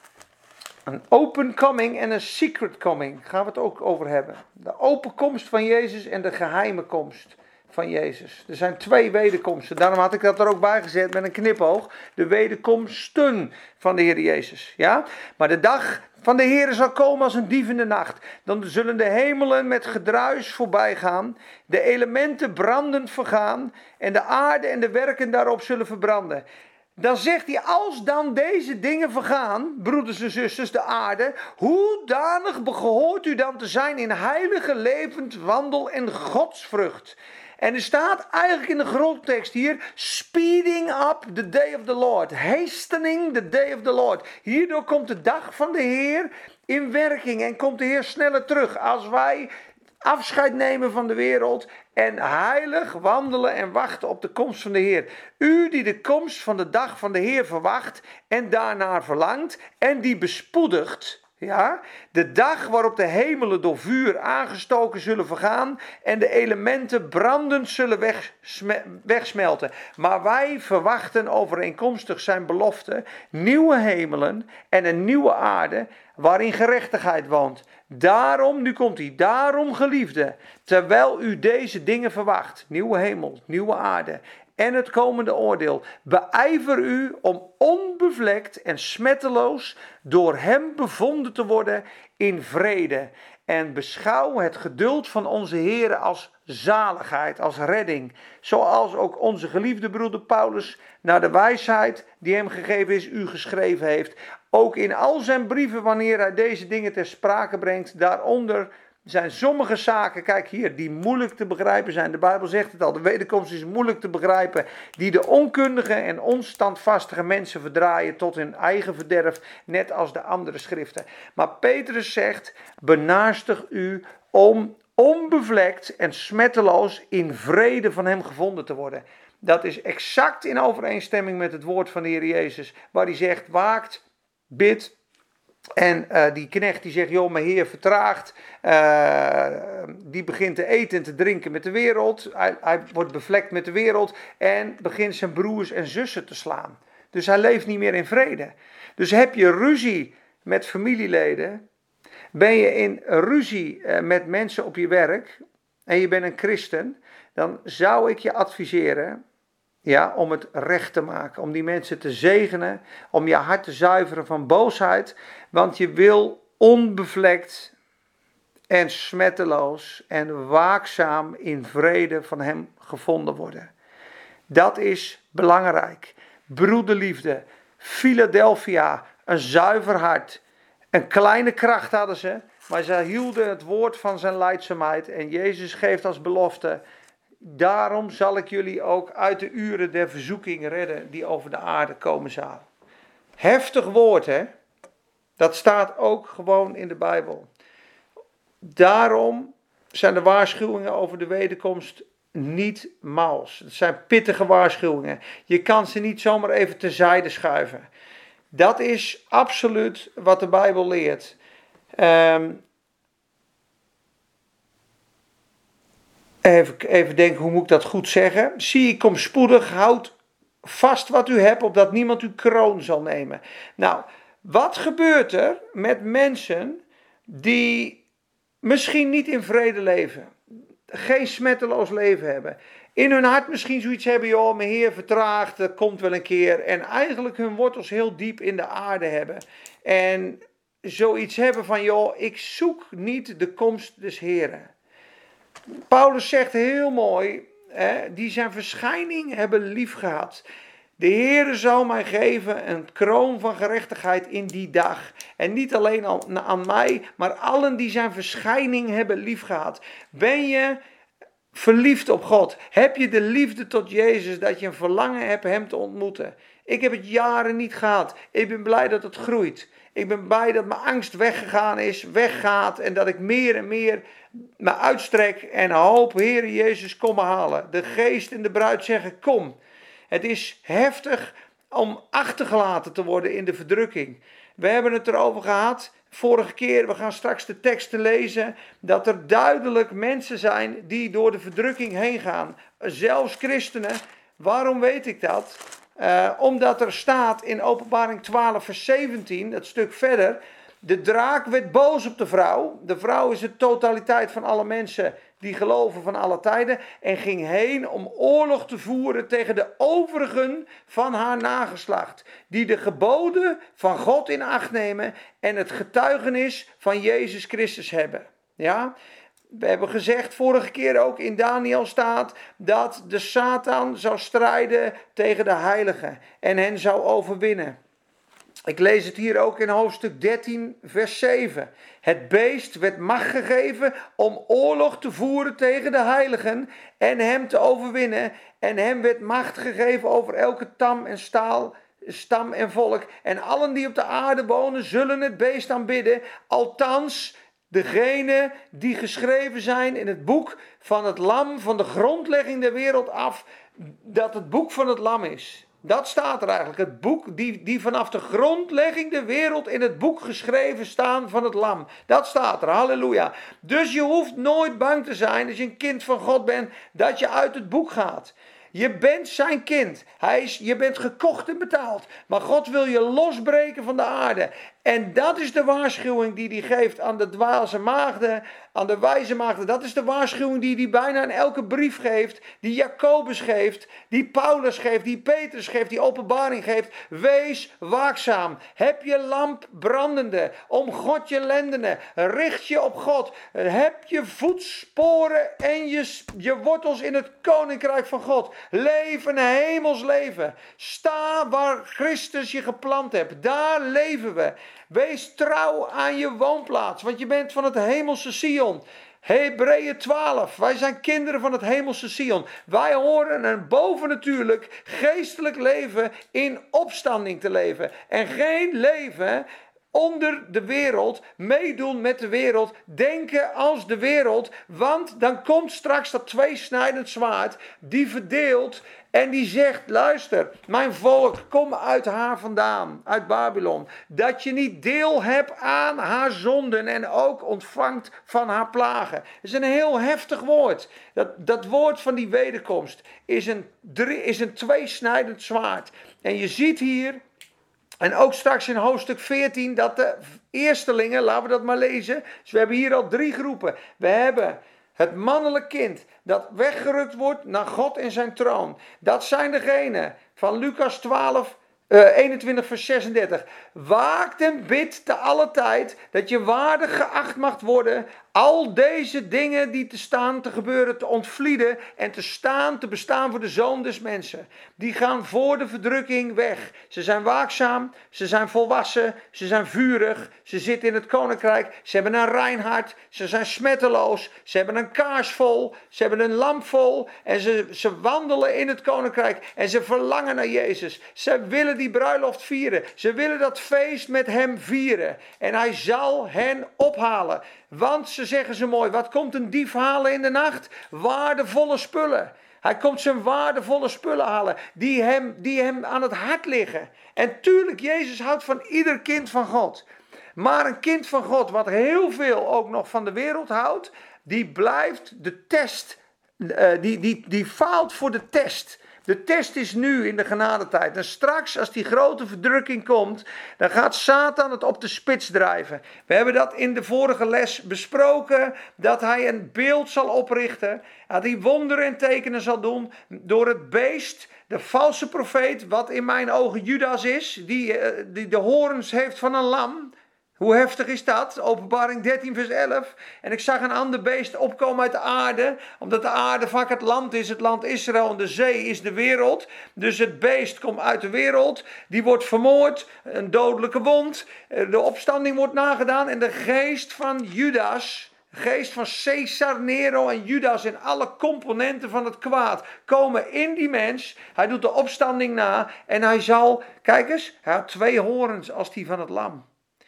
S1: Een open coming en een secret coming. Daar gaan we het ook over hebben. De open komst van Jezus en de geheime komst van Jezus. Er zijn twee wederkomsten. Daarom had ik dat er ook bij gezet met een knipoog. De wederkomsten van de Heer Jezus. Ja? Maar de dag van de Heer zal komen als een dief in de nacht. Dan zullen de hemelen met gedruis voorbij gaan. De elementen brandend vergaan. En de aarde en de werken daarop zullen verbranden. Dan zegt hij, als dan deze dingen vergaan, broeders en zusters, de aarde, hoedanig behoort u dan te zijn in heilige levend wandel en godsvrucht. En er staat eigenlijk in de grondtekst hier, speeding up the day of the Lord, hastening the day of the Lord. Hierdoor komt de dag van de Heer in werking en komt de Heer sneller terug als wij afscheid nemen van de wereld en heilig wandelen en wachten op de komst van de Heer. U die de komst van de dag van de Heer verwacht en daarnaar verlangt en die bespoedigt, ja, de dag waarop de hemelen door vuur aangestoken zullen vergaan en de elementen brandend zullen wegsme- wegsmelten. Maar wij verwachten overeenkomstig zijn belofte nieuwe hemelen en een nieuwe aarde waarin gerechtigheid woont. Daarom, nu komt hij, daarom geliefde, terwijl u deze dingen verwacht, nieuwe hemel, nieuwe aarde en het komende oordeel, beijver u om onbevlekt en smetteloos door hem bevonden te worden in vrede. En beschouw het geduld van onze Heer als zaligheid, als redding. Zoals ook onze geliefde broeder Paulus naar de wijsheid die hem gegeven is, u geschreven heeft. Ook in al zijn brieven, wanneer hij deze dingen ter sprake brengt, daaronder zijn sommige zaken, kijk hier, die moeilijk te begrijpen zijn. De Bijbel zegt het al, de wederkomst is moeilijk te begrijpen. Die de onkundige en onstandvastige mensen verdraaien tot hun eigen verderf, net als de andere schriften. Maar Petrus zegt, benaastig u om onbevlekt en smetteloos in vrede van hem gevonden te worden. Dat is exact in overeenstemming met het woord van de Heer Jezus, waar hij zegt, waakt, bid. En uh, die knecht die zegt, joh, mijn Heer vertraagt, uh, die begint te eten en te drinken met de wereld. Hij, hij wordt bevlekt met de wereld en begint zijn broers en zussen te slaan. Dus hij leeft niet meer in vrede. Dus heb je ruzie met familieleden, ben je in ruzie uh, met mensen op je werk en je bent een christen, dan zou ik je adviseren, ja, om het recht te maken, om die mensen te zegenen, om je hart te zuiveren van boosheid, want je wil onbevlekt en smetteloos en waakzaam in vrede van hem gevonden worden. Dat is belangrijk. Broederliefde, Philadelphia, een zuiver hart, een kleine kracht hadden ze, maar ze hielden het woord van zijn lijdzaamheid en Jezus geeft als belofte, daarom zal ik jullie ook uit de uren der verzoeking redden die over de aarde komen zal. Heftig woord, hè? Dat staat ook gewoon in de Bijbel. Daarom zijn de waarschuwingen over de wederkomst niet mals. Het zijn pittige waarschuwingen. Je kan ze niet zomaar even terzijde schuiven. Dat is absoluut wat de Bijbel leert. Um, even, even denken, hoe moet ik dat goed zeggen? Zie, ik kom spoedig, houd vast wat u hebt, opdat niemand uw kroon zal nemen. Nou, wat gebeurt er met mensen die misschien niet in vrede leven? Geen smetteloos leven hebben. In hun hart misschien zoiets hebben, joh, mijn Heer vertraagt, dat komt wel een keer. En eigenlijk hun wortels heel diep in de aarde hebben. En zoiets hebben van, joh, ik zoek niet de komst des Heren. Paulus zegt heel mooi, hè, die zijn verschijning hebben lief gehad. De Heere zal mij geven een kroon van gerechtigheid in die dag. En niet alleen aan, aan mij, maar allen die zijn verschijning hebben lief gehad. Ben je verliefd op God? Heb je de liefde tot Jezus dat je een verlangen hebt hem te ontmoeten? Ik heb het jaren niet gehad. Ik ben blij dat het groeit. Ik ben blij dat mijn angst weggegaan is, weggaat. En dat ik meer en meer me uitstrek en hoop, Heere Jezus, kom me halen. De geest en de bruid zeggen, kom. Het is heftig om achtergelaten te worden in de verdrukking. We hebben het erover gehad vorige keer, we gaan straks de teksten lezen, dat er duidelijk mensen zijn die door de verdrukking heen gaan. Zelfs christenen. Waarom weet ik dat? Uh, omdat er staat in Openbaring twaalf vers zeventien, dat stuk verder, de draak werd boos op de vrouw. De vrouw is de totaliteit van alle mensen die geloven van alle tijden. En ging heen om oorlog te voeren tegen de overigen van haar nageslacht. Die de geboden van God in acht nemen en het getuigenis van Jezus Christus hebben. Ja? We hebben gezegd vorige keer ook in Daniel staat dat de Satan zou strijden tegen de heiligen en hen zou overwinnen. Ik lees het hier ook in hoofdstuk dertien vers zeven. Het beest werd macht gegeven om oorlog te voeren tegen de heiligen en hem te overwinnen. En hem werd macht gegeven over elke tam en staal, stam en volk. En allen die op de aarde wonen zullen het beest aanbidden. Althans, degenen die geschreven zijn in het boek van het lam van de grondlegging der wereld af. Dat het boek van het lam is. Dat staat er eigenlijk. Het boek die, die vanaf de grondlegging der wereld in het boek geschreven staan van het lam. Dat staat er. Halleluja. Dus je hoeft nooit bang te zijn als je een kind van God bent dat je uit het boek gaat. Je bent zijn kind. Hij is, je bent gekocht en betaald. Maar God wil je losbreken van de aarde. En dat is de waarschuwing die hij geeft aan de dwaze maagden, aan de wijze maagden. Dat is de waarschuwing die hij bijna in elke brief geeft, die Jacobus geeft, die Paulus geeft, die Petrus geeft, die Openbaring geeft. Wees waakzaam. Heb je lamp brandende, om God je lendenen. Richt je op God. Heb je voetsporen en je, je wortels in het koninkrijk van God. Leef een hemels leven. Sta waar Christus je geplant hebt. Daar leven we. Wees trouw aan je woonplaats, want je bent van het hemelse Sion. Hebreeën twaalf, wij zijn kinderen van het hemelse Sion. Wij horen een bovennatuurlijk geestelijk leven in opstanding te leven. En geen leven onder de wereld, meedoen met de wereld, denken als de wereld. Want dan komt straks dat tweesnijdend zwaard, die verdeelt en die zegt, luister, mijn volk, kom uit haar vandaan, uit Babylon. Dat je niet deel hebt aan haar zonden en ook ontvangt van haar plagen. Dat is een heel heftig woord. Dat, dat woord van die wederkomst is een, is een tweesnijdend zwaard. En je ziet hier, en ook straks in hoofdstuk veertien, dat de eerstelingen, laten we dat maar lezen. Dus we hebben hier al drie groepen. We hebben het mannelijk kind dat weggerukt wordt naar God en zijn troon. Dat zijn degenen van Lucas twaalf, uh, eenentwintig vers zesendertig. Waakt en bid te alle tijd dat je waardig geacht mag worden Al deze dingen die te staan, te gebeuren, te ontvlieden en te staan, te bestaan voor de Zoon des Mensen. Die gaan voor de verdrukking weg. Ze zijn waakzaam, ze zijn volwassen, ze zijn vurig, ze zitten in het koninkrijk, ze hebben een rein hart, ze zijn smetteloos, ze hebben een kaars vol, ze hebben een lamp vol en ze, ze wandelen in het koninkrijk en ze verlangen naar Jezus. Ze willen die bruiloft vieren, ze willen dat feest met hem vieren en hij zal hen ophalen. Want ze zeggen zo mooi, wat komt een dief halen in de nacht? Waardevolle spullen. Hij komt zijn waardevolle spullen halen, die hem, die hem aan het hart liggen. En tuurlijk, Jezus houdt van ieder kind van God. Maar een kind van God, wat heel veel ook nog van de wereld houdt, die blijft de test, uh, die, die, die faalt voor de test. De test is nu in de genadetijd. En straks als die grote verdrukking komt, dan gaat Satan het op de spits drijven. We hebben dat in de vorige les besproken, dat hij een beeld zal oprichten. Dat hij wonderen en tekenen zal doen door het beest, de valse profeet, wat in mijn ogen Judas is, die, die de horens heeft van een lam. Hoe heftig is dat? Openbaring dertien vers elf. En ik zag een ander beest opkomen uit de aarde. Omdat de aarde vaak het land is. Het land Israël en de zee is de wereld. Dus het beest komt uit de wereld. Die wordt vermoord. Een dodelijke wond. De opstanding wordt nagedaan. En de geest van Judas. De geest van Caesar, Nero en Judas en alle componenten van het kwaad komen in die mens. Hij doet de opstanding na. En hij zal, kijk eens, hij had twee horens als die van het lam.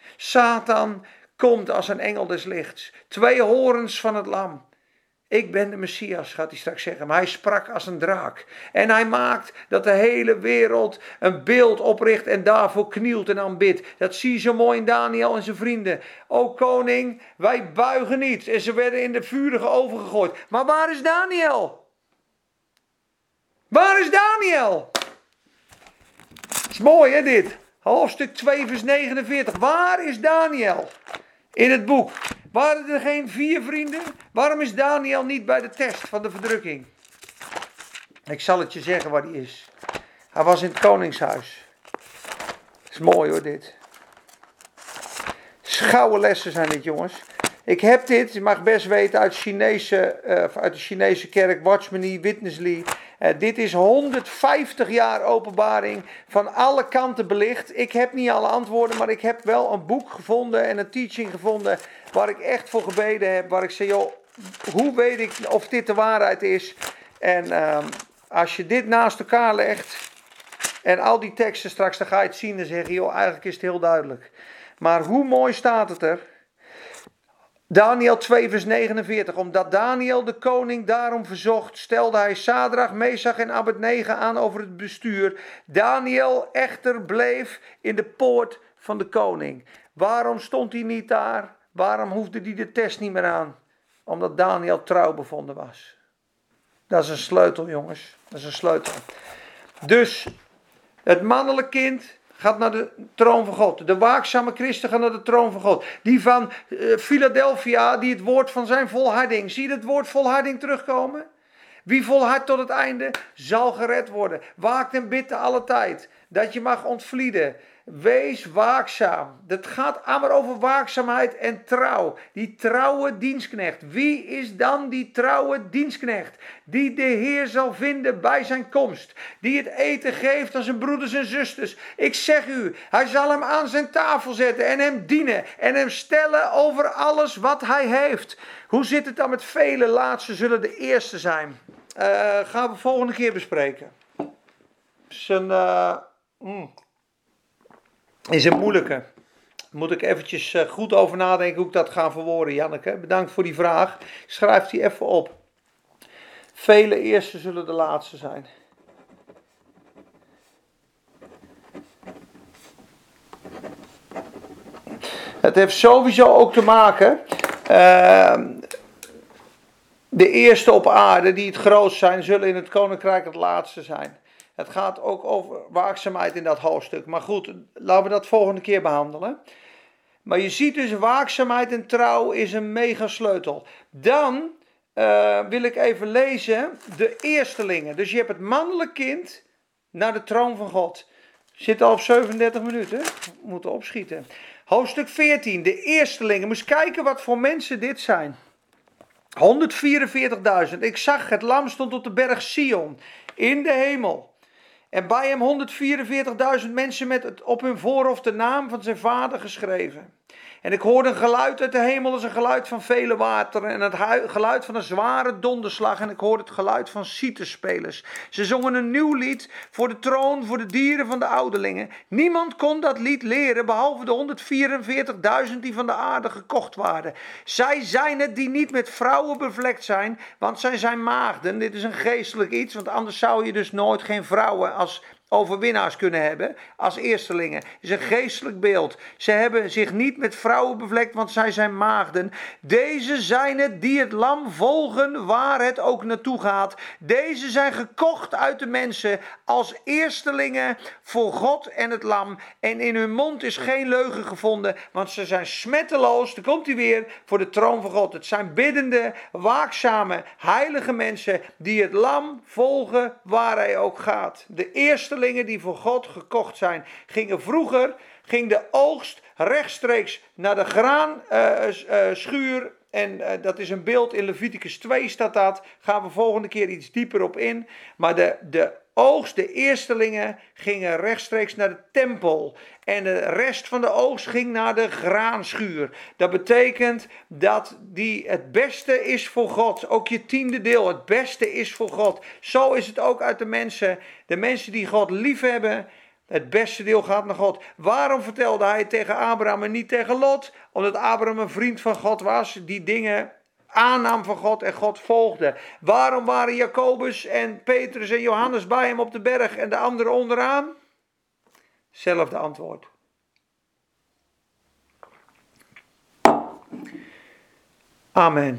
S1: Satan komt als een engel des lichts. Twee horens van het lam. Ik ben de Messias, gaat hij straks zeggen. Maar hij sprak als een draak. En hij maakt dat de hele wereld een beeld opricht en daarvoor knielt en aanbidt. Dat zie je zo mooi in Daniel en zijn vrienden. O koning, wij buigen niet. En ze werden in de vurige oven gegooid. Maar waar is Daniel? Waar is Daniel? Het is mooi hè dit. Hoofdstuk twee vers negenenveertig. Waar is Daniel? In het boek. Waren er geen vier vrienden? Waarom is Daniel niet bij de test van de verdrukking? Ik zal het je zeggen waar hij is. Hij was in het koningshuis. Dat is mooi hoor dit. Schouwe lessen zijn dit jongens. Ik heb dit, je mag best weten, uit, Chinese, uh, uit de Chinese kerk, Watchman Nee, Witness Lee. Uh, dit is honderdvijftig jaar openbaring, van alle kanten belicht. Ik heb niet alle antwoorden, maar ik heb wel een boek gevonden en een teaching gevonden waar ik echt voor gebeden heb. Waar ik zei, joh, hoe weet ik of dit de waarheid is? En uh, als je dit naast elkaar legt en al die teksten straks, dan ga je het zien en zeggen, joh, eigenlijk is het heel duidelijk. Maar hoe mooi staat het er? Daniel twee vers negenenveertig. Omdat Daniel de koning daarom verzocht, stelde hij Sadrach, Mesach en Abednego aan over het bestuur. Daniel echter bleef in de poort van de koning. Waarom stond hij niet daar? Waarom hoefde hij de test niet meer aan? Omdat Daniel trouw bevonden was. Dat is een sleutel jongens. Dat is een sleutel. Dus het mannelijk kind gaat naar de troon van God. De waakzame christen gaat naar de troon van God. Die van uh, Philadelphia, die het woord van zijn volharding. Zie je het woord volharding terugkomen? Wie volhardt tot het einde, zal gered worden. Waakt en bidt alle tijd. Dat je mag ontvlieden. Wees waakzaam. Het gaat allemaal over waakzaamheid en trouw. Die trouwe dienstknecht. Wie is dan die trouwe dienstknecht? Die de Heer zal vinden bij zijn komst. Die het eten geeft aan zijn broeders en zusters. Ik zeg u, hij zal hem aan zijn tafel zetten en hem dienen. En hem stellen over alles wat hij heeft. Hoe zit het dan met vele? Laatste zullen de eerste zijn. Uh, gaan we volgende keer bespreken. Is een... Uh, mm. Is een moeilijke. Moet ik eventjes uh, goed over nadenken hoe ik dat ga verwoorden, Janneke. Bedankt voor die vraag. Schrijf die even op. Vele eerste zullen de laatste zijn. Het heeft sowieso ook te maken... Uh, de eerste op aarde die het grootst zijn, zullen in het koninkrijk het laatste zijn. Het gaat ook over waakzaamheid in dat hoofdstuk. Maar goed, laten we dat volgende keer behandelen. Maar je ziet dus, waakzaamheid en trouw is een mega sleutel. Dan uh, wil ik even lezen de eerstelingen. Dus je hebt het mannelijk kind naar de troon van God. Zit al op zevenendertig minuten. We moeten opschieten. Hoofdstuk veertien, de eerstelingen. Moest kijken wat voor mensen dit zijn. honderdvierenveertigduizend. Ik zag, het lam stond op de berg Sion, in de hemel. En bij hem honderdvierenveertigduizend mensen met het, op hun voorhoofd de naam van zijn vader geschreven. En ik hoorde een geluid uit de hemel als een geluid van vele wateren. En het hu- geluid van een zware donderslag. En ik hoorde het geluid van citerspelers. Ze zongen een nieuw lied voor de troon, voor de dieren van de ouderlingen. Niemand kon dat lied leren, behalve de honderdvierenveertigduizend die van de aarde gekocht waren. Zij zijn het die niet met vrouwen bevlekt zijn, want zij zijn maagden. Dit is een geestelijk iets, want anders zou je dus nooit geen vrouwen als overwinnaars kunnen hebben als eerstelingen. Het is een geestelijk beeld. Ze hebben zich niet met vrouwen bevlekt, want zij zijn maagden. Deze zijn het die het lam volgen, waar het ook naartoe gaat. Deze zijn gekocht uit de mensen als eerstelingen voor God en het lam. En in hun mond is geen leugen gevonden, want ze zijn smetteloos. Dan komt hij weer voor de troon van God. Het zijn biddende, waakzame, heilige mensen die het lam volgen waar hij ook gaat. De eerstelingen die voor God gekocht zijn, gingen vroeger, ging de oogst rechtstreeks naar de graanschuur. Uh, uh, en uh, dat is een beeld in Leviticus twee staat dat. Gaan we volgende keer iets dieper op in. Maar de, de oogst, de eerstelingen, gingen rechtstreeks naar de tempel. En de rest van de oogst ging naar de graanschuur. Dat betekent dat die het beste is voor God. Ook je tiende deel, het beste is voor God. Zo is het ook uit de mensen. De mensen die God lief hebben, het beste deel gaat naar God. Waarom vertelde hij het tegen Abraham en niet tegen Lot? Omdat Abraham een vriend van God was, die dingen aannam van God en God volgde. Waarom waren Jacobus en Petrus en Johannes bij hem op de berg en de anderen onderaan? Zelfde antwoord. Amen.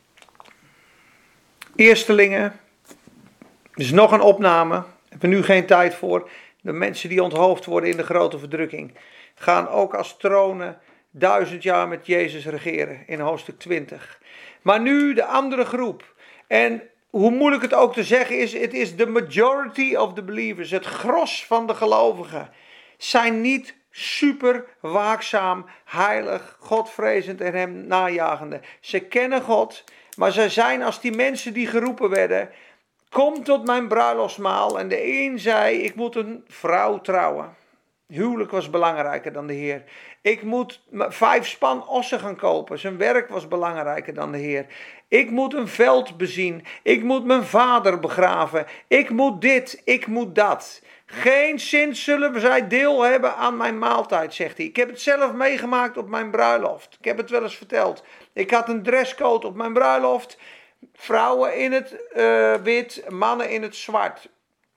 S1: Eerstelingen. Er is nog een opname. Daar hebben we nu geen tijd voor. De mensen die onthoofd worden in de grote verdrukking gaan ook als tronen duizend jaar met Jezus regeren in hoofdstuk twintig. Maar nu de andere groep. En hoe moeilijk het ook te zeggen is, het is de majority of the believers. Het gros van de gelovigen zijn niet super waakzaam, heilig, Godvrezend en hem najagende. Ze kennen God, maar zij zijn als die mensen die geroepen werden: kom tot mijn bruiloftsmaal. En de een zei: ik moet een vrouw trouwen. Huwelijk was belangrijker dan de Heer. Ik moet vijf span ossen gaan kopen. Zijn werk was belangrijker dan de Heer. Ik moet een veld bezien. Ik moet mijn vader begraven. Ik moet dit, ik moet dat. Geen zin zullen zij deel hebben aan mijn maaltijd, zegt hij. Ik heb het zelf meegemaakt op mijn bruiloft. Ik heb het wel eens verteld. Ik had een dresscode op mijn bruiloft. Vrouwen in het uh, wit, mannen in het zwart.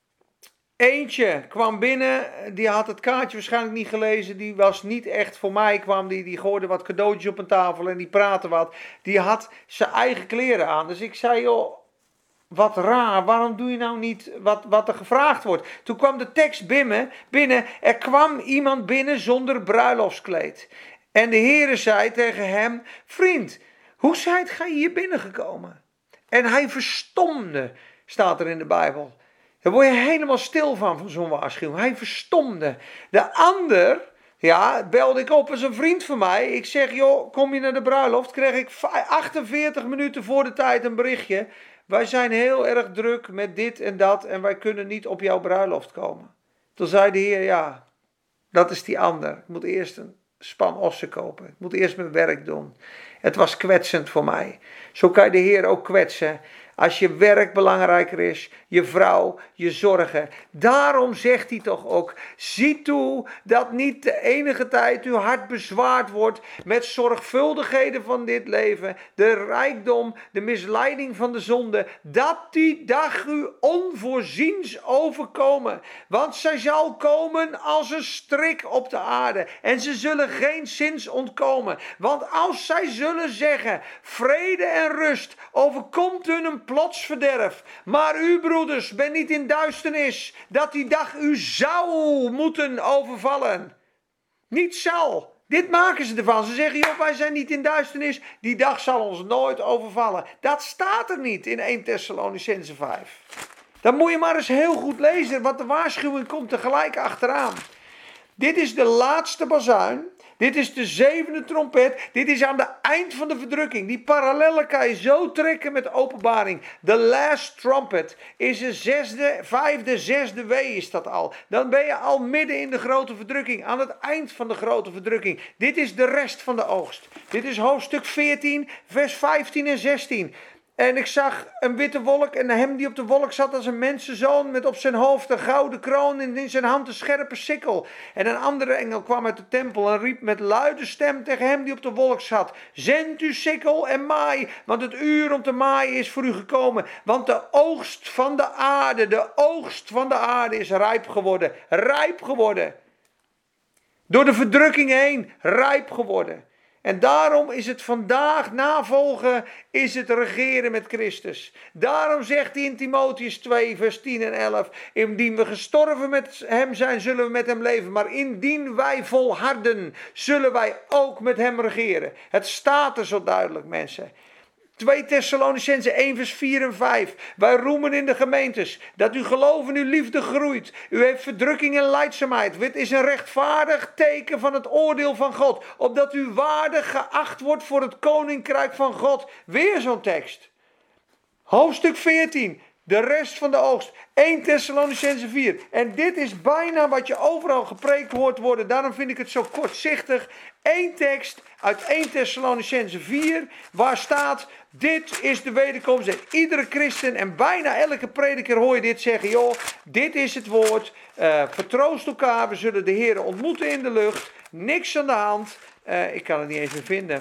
S1: Eentje kwam binnen, die had het kaartje waarschijnlijk niet gelezen. Die was niet echt voor mij, kwam die, die gooide wat cadeautjes op een tafel en die praatte wat. Die had zijn eigen kleren aan. Dus ik zei: joh, wat raar, waarom doe je nou niet wat, wat er gevraagd wordt? Toen kwam de tekst binnen, binnen, er kwam iemand binnen zonder bruiloftskleed. En de Heere zei tegen hem: vriend, hoe zijt gij hier binnengekomen? En hij verstomde, staat er in de Bijbel. Daar word je helemaal stil van, van zo'n waarschuwing. Hij verstomde. De ander, ja, belde ik op als een vriend van mij. Ik zeg: joh, kom je naar de bruiloft? Kreeg ik achtenveertig minuten voor de tijd een berichtje: wij zijn heel erg druk met dit en dat en wij kunnen niet op jouw bruiloft komen. Toen zei de Heer: ja, dat is die ander. Ik moet eerst een span ossen kopen. Ik moet eerst mijn werk doen. Het was kwetsend voor mij. Zo kan je de Heer ook kwetsen. Als je werk belangrijker is, je vrouw, je zorgen. Daarom zegt hij toch ook: zie toe dat niet de enige tijd uw hart bezwaard wordt met zorgvuldigheden van dit leven, de rijkdom, de misleiding van de zonde, dat die dag u onvoorziens overkomen. Want zij zal komen als een strik op de aarde en ze zullen geen zins ontkomen. Want als zij zullen zeggen: vrede en rust, overkomt hun een plots verderf. Maar u, broeders, bent niet in duisternis, dat die dag u zou moeten overvallen. Niet zal. Dit maken ze ervan. Ze zeggen: joh, wij zijn niet in duisternis, die dag zal ons nooit overvallen. Dat staat er niet in eerste Thessalonicenzen vijf. Dan moet je maar eens heel goed lezen, want de waarschuwing komt er gelijk achteraan. Dit is de laatste bazuin. Dit is de zevende trompet. Dit is aan het eind van de verdrukking. Die parallellen kan je zo trekken met de openbaring. The last trumpet is de zesde, vijfde, zesde wee is dat al. Dan ben je al midden in de grote verdrukking. Aan het eind van de grote verdrukking. Dit is de rest van de oogst. Dit is hoofdstuk veertien, vers vijftien en zestien. En ik zag een witte wolk en hem die op de wolk zat als een mensenzoon met op zijn hoofd een gouden kroon en in zijn hand een scherpe sikkel. En een andere engel kwam uit de tempel en riep met luide stem tegen hem die op de wolk zat. Zend uw sikkel en maai, want het uur om te maaien is voor u gekomen. Want de oogst van de aarde, de oogst van de aarde is rijp geworden. Rijp geworden. Door de verdrukking heen, rijp geworden. En daarom is het vandaag navolgen, is het regeren met Christus. Daarom zegt hij in Timotheus twee, vers tien en elf. Indien we gestorven met hem zijn, zullen we met hem leven. Maar indien wij volharden, zullen wij ook met hem regeren. Het staat er zo duidelijk, mensen. twee Thessalonicenzen één vers vier en vijf. Wij roemen in de gemeentes dat uw geloof en uw liefde groeit. U heeft verdrukking en lijdzaamheid. Dit is een rechtvaardig teken van het oordeel van God. Opdat u waardig geacht wordt voor het koninkrijk van God. Weer zo'n tekst. Hoofdstuk veertien. De rest van de oogst. één Thessalonicenzen vier. En dit is bijna wat je overal gepreekt hoort worden. Daarom vind ik het zo kortzichtig. Eén tekst uit één Thessalonicenzen vier. Waar staat, dit is de wederkomst. En iedere christen en bijna elke prediker hoor je dit zeggen. Joh, dit is het woord. Uh, vertroost elkaar. We zullen de Heer ontmoeten in de lucht. Niks aan de hand. Uh, ik kan het niet eens meer vinden.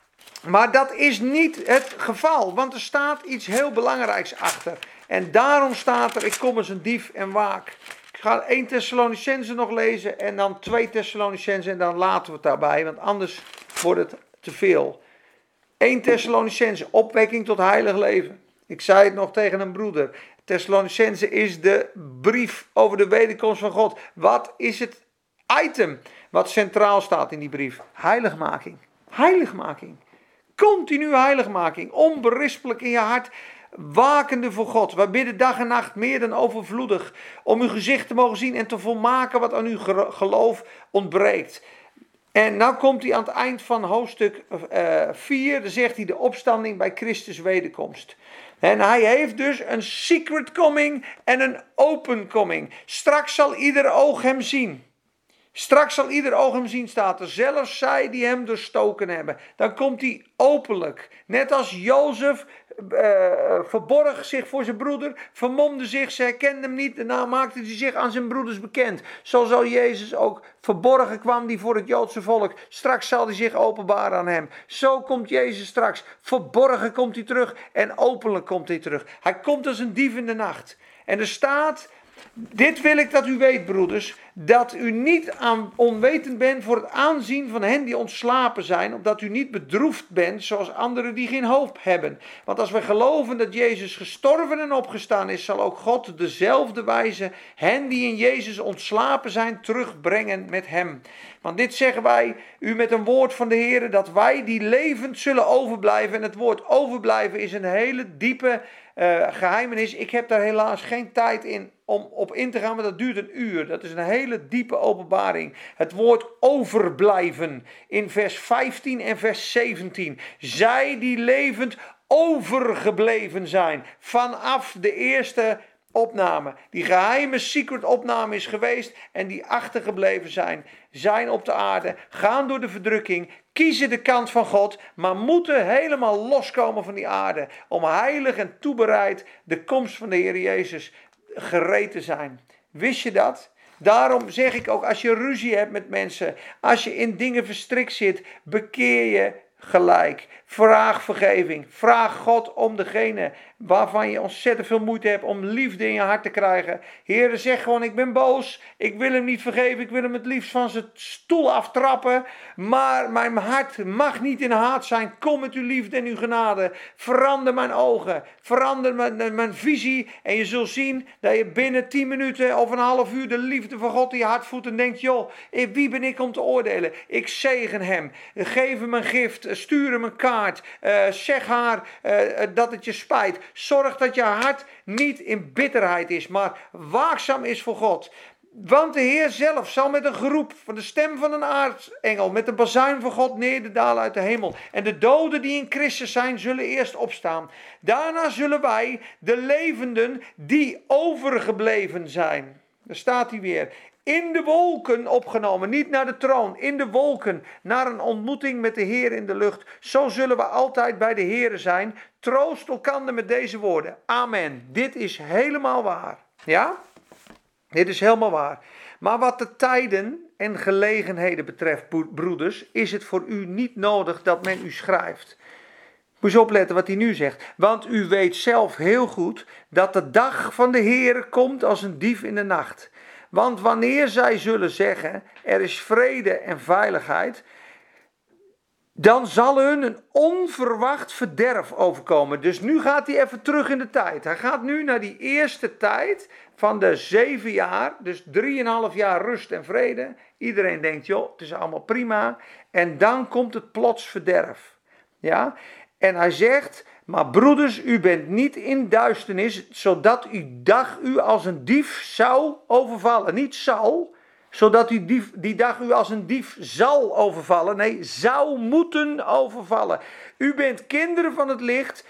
S1: Maar dat is niet het geval. Want er staat iets heel belangrijks achter. En daarom staat er, ik kom als een dief en waak. Ik ga één Thessalonicenzen nog lezen en dan twee Thessalonicenzen en dan laten we het daarbij. Want anders wordt het te veel. één Thessalonicenzen, opwekking tot heilig leven. Ik zei het nog tegen een broeder. Thessalonicenzen is de brief over de wederkomst van God. Wat is het item wat centraal staat in die brief? Heiligmaking. Heiligmaking. Continue heiligmaking. Onberispelijk in je hart. Wakende voor God. Wij bidden dag en nacht meer dan overvloedig. Om uw gezicht te mogen zien en te volmaken wat aan uw geloof ontbreekt. En nou komt hij aan het eind van hoofdstuk uh, vier. Dan zegt hij de opstanding bij Christus wederkomst. En hij heeft dus een secret coming en een open coming. Straks zal ieder oog hem zien. Straks zal ieder oog hem zien, staat er. Zelfs zij die hem doorstoken hebben. Dan komt hij openlijk. Net als Jozef uh, verborg zich voor zijn broeder. Vermomde zich, ze herkenden hem niet. Daarna maakte hij zich aan zijn broeders bekend. Zo zal Jezus ook verborgen kwam die voor het Joodse volk. Straks zal hij zich openbaren aan hem. Zo komt Jezus straks. Verborgen komt hij terug en openlijk komt hij terug. Hij komt als een dief in de nacht. En er staat... Dit wil ik dat u weet, broeders, dat u niet aan onwetend bent voor het aanzien van hen die ontslapen zijn, opdat u niet bedroefd bent zoals anderen die geen hoop hebben. Want als we geloven dat Jezus gestorven en opgestaan is, zal ook God dezelfde wijze hen die in Jezus ontslapen zijn terugbrengen met hem. Want dit zeggen wij u met een woord van de Heer, dat wij die levend zullen overblijven. En het woord overblijven is een hele diepe uh, geheimenis. Ik heb daar helaas geen tijd in om op in te gaan, maar dat duurt een uur. Dat is een hele diepe openbaring. Het woord overblijven in vers vijftien en vers zeventien. Zij die levend overgebleven zijn vanaf de eerste opname. Die geheime secret opname is geweest en die achtergebleven zijn, zijn op de aarde, gaan door de verdrukking, kiezen de kant van God, maar moeten helemaal loskomen van die aarde om heilig en toebereid de komst van de Heer Jezus gereed te zijn. Wist je dat? Daarom zeg ik ook, als je ruzie hebt met mensen, als je in dingen verstrikt zit, bekeer je gelijk. Vraag vergeving. Vraag God om degene waarvan je ontzettend veel moeite hebt om liefde in je hart te krijgen. Heere, zeg gewoon, ik ben boos. Ik wil hem niet vergeven. Ik wil hem het liefst van zijn stoel aftrappen. Maar mijn hart mag niet in haat zijn. Kom met uw liefde en uw genade. Verander mijn ogen. Verander mijn, mijn visie. En je zult zien dat je binnen tien minuten of een half uur de liefde van God in je hart voelt. En denkt, joh, wie ben ik om te oordelen? Ik zegen hem. Geef hem een gift. Stuur hem een kaart. Uh, zeg haar uh, dat het je spijt. Zorg dat je hart niet in bitterheid is, maar waakzaam is voor God. Want de Heer zelf zal met een geroep van de stem van een aartsengel, met de bazuin van God nederdalen uit de hemel. En de doden die in Christus zijn, zullen eerst opstaan. Daarna zullen wij, de levenden die overgebleven zijn. Daar staat hij weer. In de wolken opgenomen, niet naar de troon, in de wolken, naar een ontmoeting met de Heer in de lucht. Zo zullen we altijd bij de Heer zijn. Troost elkander met deze woorden. Amen. Dit is helemaal waar. Ja? Dit is helemaal waar. Maar wat de tijden en gelegenheden betreft, broeders, is het voor u niet nodig dat men u schrijft. Moet je opletten wat hij nu zegt. Want u weet zelf heel goed dat de dag van de Heer komt als een dief in de nacht. Want wanneer zij zullen zeggen, er is vrede en veiligheid, dan zal hun een onverwacht verderf overkomen. Dus nu gaat hij even terug in de tijd. Hij gaat nu naar die eerste tijd van de zeven jaar, dus drieënhalf jaar rust en vrede. Iedereen denkt, joh, het is allemaal prima. En dan komt het plots verderf. Ja? En hij zegt, maar broeders, u bent niet in duisternis, zodat uw dag u als een dief zou overvallen. Niet zal, zodat u die, die dag u als een dief zal overvallen. Nee, zou moeten overvallen. U bent kinderen van het licht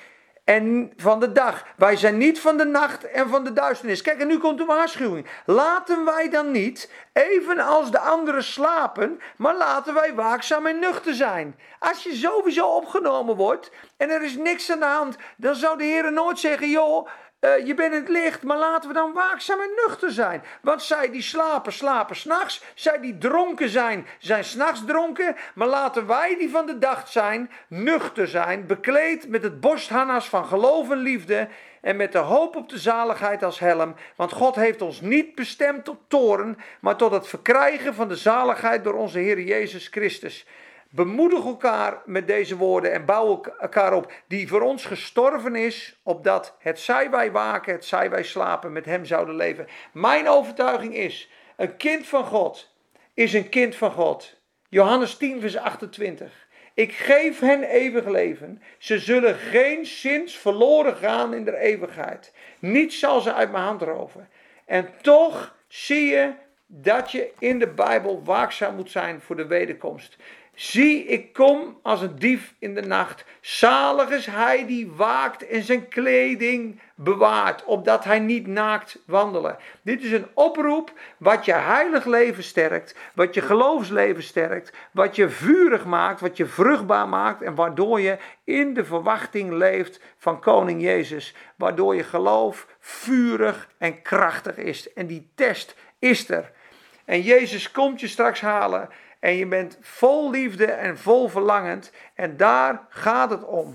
S1: en van de dag. Wij zijn niet van de nacht en van de duisternis. Kijk, en nu komt de waarschuwing. Laten wij dan niet, evenals de anderen slapen, maar laten wij waakzaam en nuchter zijn. Als je sowieso opgenomen wordt en er is niks aan de hand, dan zou de Heer nooit zeggen, joh, Uh, je bent in het licht, maar laten we dan waakzaam en nuchter zijn. Want zij die slapen, slapen s'nachts. Zij die dronken zijn, zijn s'nachts dronken. Maar laten wij die van de dag zijn, nuchter zijn. Bekleed met het borstharnas van geloof en liefde. En met de hoop op de zaligheid als helm. Want God heeft ons niet bestemd tot toorn, maar tot het verkrijgen van de zaligheid door onze Heer Jezus Christus. Bemoedig elkaar met deze woorden en bouw elkaar op, die voor ons gestorven is, opdat het zij wij waken, het zij wij slapen, met hem zouden leven. Mijn overtuiging is, een kind van God is een kind van God. Johannes tien vers achtentwintig. Ik geef hen eeuwig leven. Ze zullen geen zins verloren gaan in de eeuwigheid. Niets zal ze uit mijn hand roven. En toch zie je dat je in de Bijbel waakzaam moet zijn voor de wederkomst. Zie, ik kom als een dief in de nacht. Zalig is hij die waakt en zijn kleding bewaart, opdat hij niet naakt wandelen. Dit is een oproep wat je heilig leven sterkt, wat je geloofsleven sterkt, wat je vurig maakt, wat je vruchtbaar maakt en waardoor je in de verwachting leeft van koning Jezus. Waardoor je geloof vurig en krachtig is. En die test is er. En Jezus komt je straks halen. En je bent vol liefde en vol verlangend. En daar gaat het om.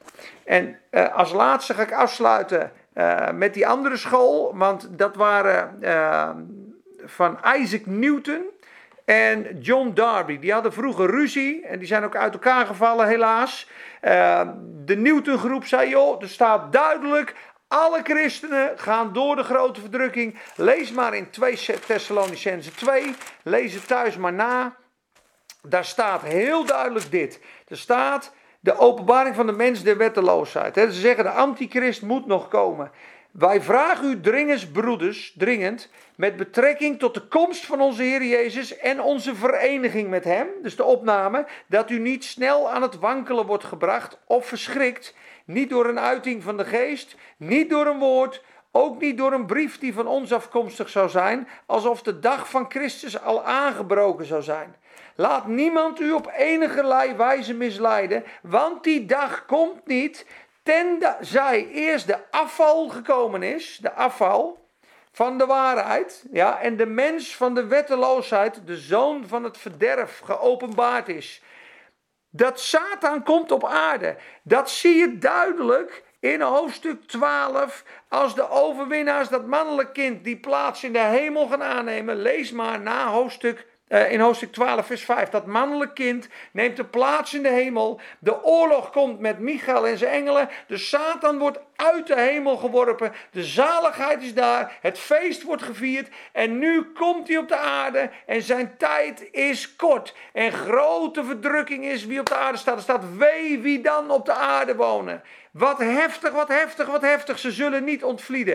S1: En uh, als laatste ga ik afsluiten uh, met die andere school. Want dat waren uh, van Isaac Newton en John Darby. Die hadden vroeger ruzie. En die zijn ook uit elkaar gevallen helaas. Uh, de Newton groep zei, joh, er staat duidelijk, alle christenen gaan door de grote verdrukking. Lees maar in tweede Thessalonicenzen twee. Lees het thuis maar na. Daar staat heel duidelijk dit. Er staat de openbaring van de mens der wetteloosheid. He, ze zeggen de antichrist moet nog komen. Wij vragen u dringend, broeders, dringend, met betrekking tot de komst van onze Heer Jezus en onze vereniging met hem, dus de opname, dat u niet snel aan het wankelen wordt gebracht of verschrikt, niet door een uiting van de geest, niet door een woord, ook niet door een brief die van ons afkomstig zou zijn, alsof de dag van Christus al aangebroken zou zijn. Laat niemand u op enige wijze misleiden, want die dag komt niet, tenzij eerst de afval gekomen is, de afval van de waarheid, ja, en de mens van de wetteloosheid, de zoon van het verderf, geopenbaard is. Dat Satan komt op aarde, dat zie je duidelijk in hoofdstuk twaalf, als de overwinnaars, dat mannelijk kind, die plaats in de hemel gaan aannemen. Lees maar na hoofdstuk Uh, in hoofdstuk twaalf vers vijf. Dat mannelijk kind neemt de plaats in de hemel. De oorlog komt met Michael en zijn engelen. De Satan wordt uit de hemel geworpen. De zaligheid is daar. Het feest wordt gevierd. En nu komt hij op de aarde. En zijn tijd is kort. En grote verdrukking is wie op de aarde staat. Er staat wee wie dan op de aarde wonen. Wat heftig, wat heftig, wat heftig. Ze zullen niet ontvlieden.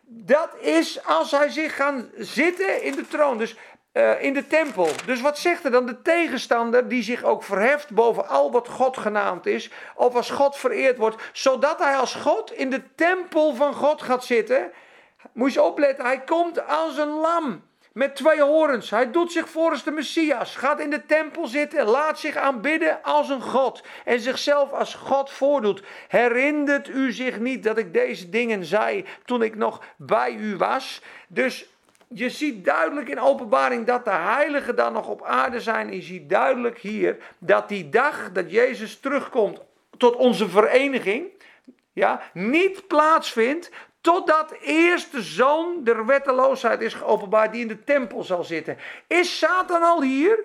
S1: Dat is als hij zich gaat zitten in de troon, dus uh, in de tempel. Dus wat zegt er dan? De tegenstander die zich ook verheft boven al wat God genaamd is, of als God vereerd wordt, zodat hij als God in de tempel van God gaat zitten. Moet je eens opletten, hij komt als een lam met twee horens. Hij doet zich voor als de Messias, gaat in de tempel zitten, laat zich aanbidden als een God en zichzelf als God voordoet. Herinnert u zich niet dat ik deze dingen zei toen ik nog bij u was? Dus je ziet duidelijk in Openbaring dat de heiligen dan nog op aarde zijn. En je ziet duidelijk hier dat die dag dat Jezus terugkomt tot onze vereniging, ja, niet plaatsvindt totdat eerst de zoon der wetteloosheid is geopenbaard die in de tempel zal zitten. Is Satan al hier?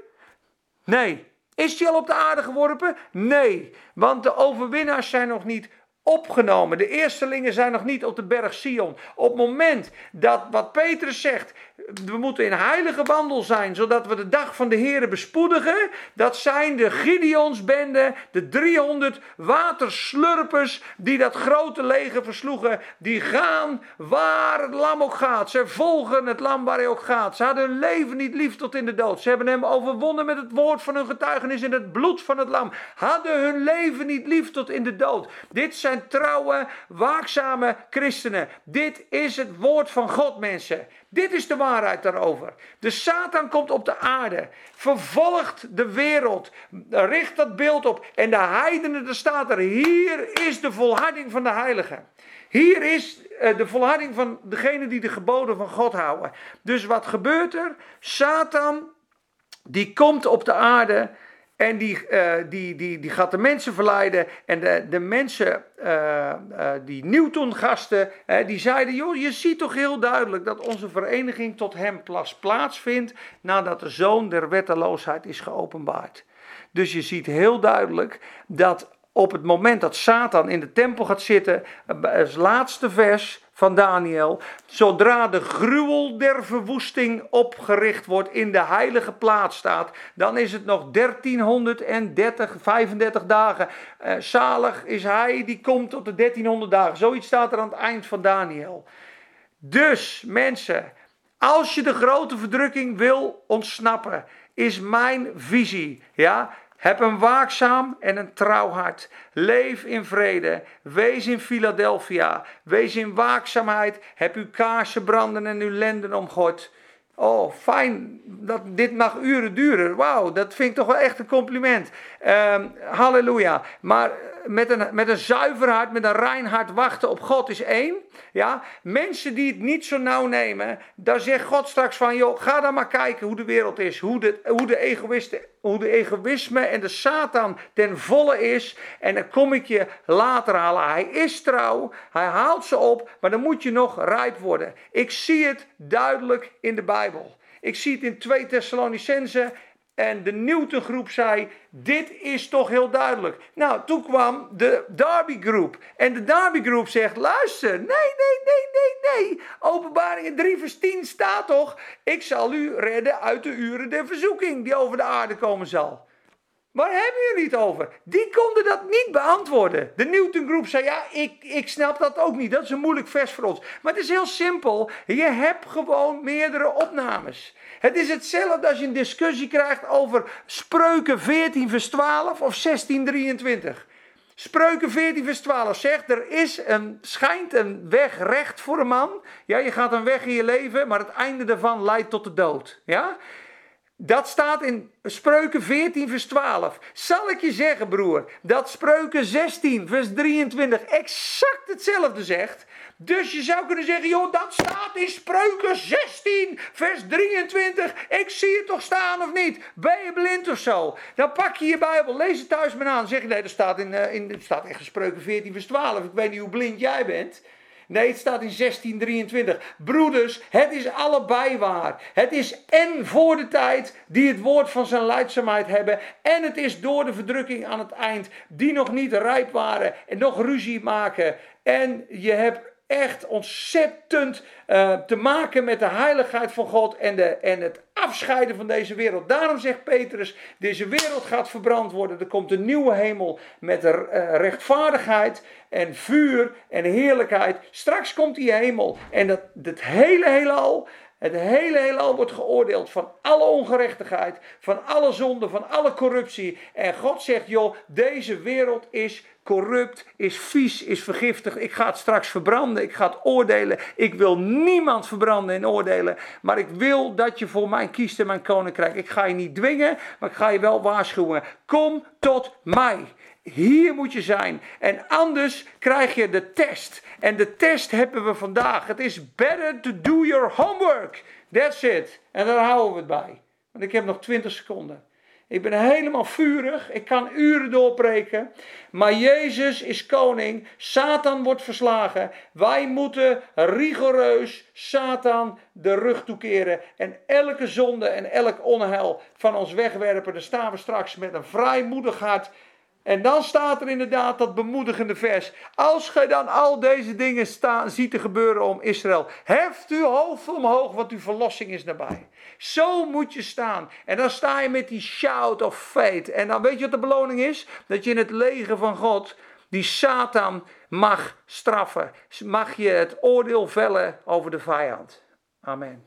S1: Nee. Is hij al op de aarde geworpen? Nee. Want de overwinnaars zijn nog niet opgenomen. De eerstelingen zijn nog niet op de berg Sion. Op het moment dat wat Petrus zegt, we moeten in heilige wandel zijn, zodat we de dag van de Here bespoedigen. Dat zijn de Gideonsbende, de driehonderd waterslurpers die dat grote leger versloegen. Die gaan waar het lam ook gaat. Ze volgen het lam waar hij ook gaat. Ze hadden hun leven niet lief tot in de dood. Ze hebben hem overwonnen met het woord van hun getuigenis en het bloed van het lam. Hadden hun leven niet lief tot in de dood. Dit zijn trouwe, waakzame christenen. Dit is het woord van God, mensen. Dit is de waarheid daarover. De Satan komt op de aarde, vervolgt de wereld, richt dat beeld op. En de heidenen, er staat er, hier is de volharding van de heiligen. Hier is uh, de volharding van degenen die de geboden van God houden. Dus wat gebeurt er? Satan, die komt op de aarde en die, uh, die, die, die gaat de mensen verleiden. En de, de mensen, uh, uh, die Newton-gasten, uh, die zeiden, joh, je ziet toch heel duidelijk dat onze vereniging tot hem pas plaatsvindt nadat de zoon der wetteloosheid is geopenbaard. Dus je ziet heel duidelijk dat op het moment dat Satan in de tempel gaat zitten, het laatste vers van Daniel, zodra de gruwel der verwoesting opgericht wordt in de heilige plaats staat, dan is het nog dertienhonderddertig, vijfendertig dagen. Uh, zalig is hij die komt tot de dertienhonderd dagen. Zoiets staat er aan het eind van Daniel. Dus mensen, als je de grote verdrukking wil ontsnappen, is mijn visie, ja, heb een waakzaam en een trouw hart. Leef in vrede. Wees in Philadelphia. Wees in waakzaamheid. Heb uw kaarsen branden en uw lenden omgord. Oh, fijn dat dit mag uren duren. Wauw, dat vind ik toch wel echt een compliment. Um, halleluja. Maar met een, met een zuiver hart, met een rein hart wachten op God is één. Ja? Mensen die het niet zo nauw nemen, daar zegt God straks van, joh, ga dan maar kijken hoe de wereld is. Hoe de, hoe de egoïsten, hoe de egoïsme en de Satan ten volle is. En dan kom ik je later halen. Hij is trouw, hij haalt ze op, maar dan moet je nog rijp worden. Ik zie het duidelijk in de Bijbel. Ik zie het in twee Thessalonicenzen. En de Newton-groep zei, dit is toch heel duidelijk. Nou, toen kwam de Darby-groep. En de Darby-groep zegt, luister, nee, nee, nee, nee, nee. Openbaringen drie vers tien staat toch, ik zal u redden uit de uren der verzoeking die over de aarde komen zal. Waar hebben jullie het over? Die konden dat niet beantwoorden. De Newton-groep zei, ja, ik, ik snap dat ook niet. Dat is een moeilijk vers voor ons. Maar het is heel simpel. Je hebt gewoon meerdere opnames. Het is hetzelfde als je een discussie krijgt over Spreuken veertien vers twaalf of zestien drieëntwintig. Spreuken veertien vers twaalf zegt, er is een, schijnt een weg recht voor een man. Ja, je gaat een weg in je leven, maar het einde daarvan leidt tot de dood. Ja? Dat staat in Spreuken veertien vers twaalf. Zal ik je zeggen, broer, dat Spreuken zestien vers drieëntwintig exact hetzelfde zegt. Dus je zou kunnen zeggen, joh, dat staat in Spreuken zestien vers drieëntwintig. Ik zie het toch staan of niet? Ben je blind of zo? Dan pak je je Bijbel, lees het thuis maar aan. Dan zeg je, nee, dat staat in, uh, in, dat staat echt in Spreuken veertien vers twaalf. Ik weet niet hoe blind jij bent. Nee, het staat in zestien drieëntwintig. Broeders, het is allebei waar. Het is en voor de tijd die het woord van zijn lijdzaamheid hebben. En het is door de verdrukking aan het eind die nog niet rijp waren en nog ruzie maken. En je hebt echt ontzettend uh, te maken met de heiligheid van God en, de, en het afscheiden van deze wereld. Daarom zegt Petrus, deze wereld gaat verbrand worden. Er komt een nieuwe hemel met uh, rechtvaardigheid en vuur en heerlijkheid. Straks komt die hemel en dat, het hele heelal... Het hele heelal wordt geoordeeld van alle ongerechtigheid, van alle zonde, van alle corruptie. En God zegt, joh, deze wereld is corrupt, is vies, is vergiftigd. Ik ga het straks verbranden, ik ga het oordelen. Ik wil niemand verbranden en oordelen. Maar ik wil dat je voor mij kiest in mijn koninkrijk. Ik ga je niet dwingen, maar ik ga je wel waarschuwen. Kom tot mij. Hier moet je zijn. En anders krijg je de test. En de test hebben we vandaag. Het is better to do your homework. That's it. En daar houden we het bij. Want ik heb nog twintig seconden. Ik ben helemaal vurig. Ik kan uren doorpreken. Maar Jezus is koning. Satan wordt verslagen. Wij moeten rigoureus Satan de rug toekeren. En elke zonde en elk onheil van ons wegwerpen. Dan staan we straks met een vrijmoedig hart. En dan staat er inderdaad dat bemoedigende vers. Als gij dan al deze dingen staan, ziet te gebeuren om Israël. Heft uw hoofd omhoog, want uw verlossing is nabij. Zo moet je staan. En dan sta je met die shout of fate. En dan weet je wat de beloning is? Dat je in het leger van God die Satan mag straffen. Mag je het oordeel vellen over de vijand. Amen.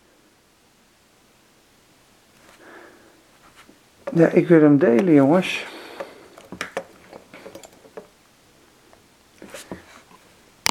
S1: Ja, ik wil hem delen, jongens.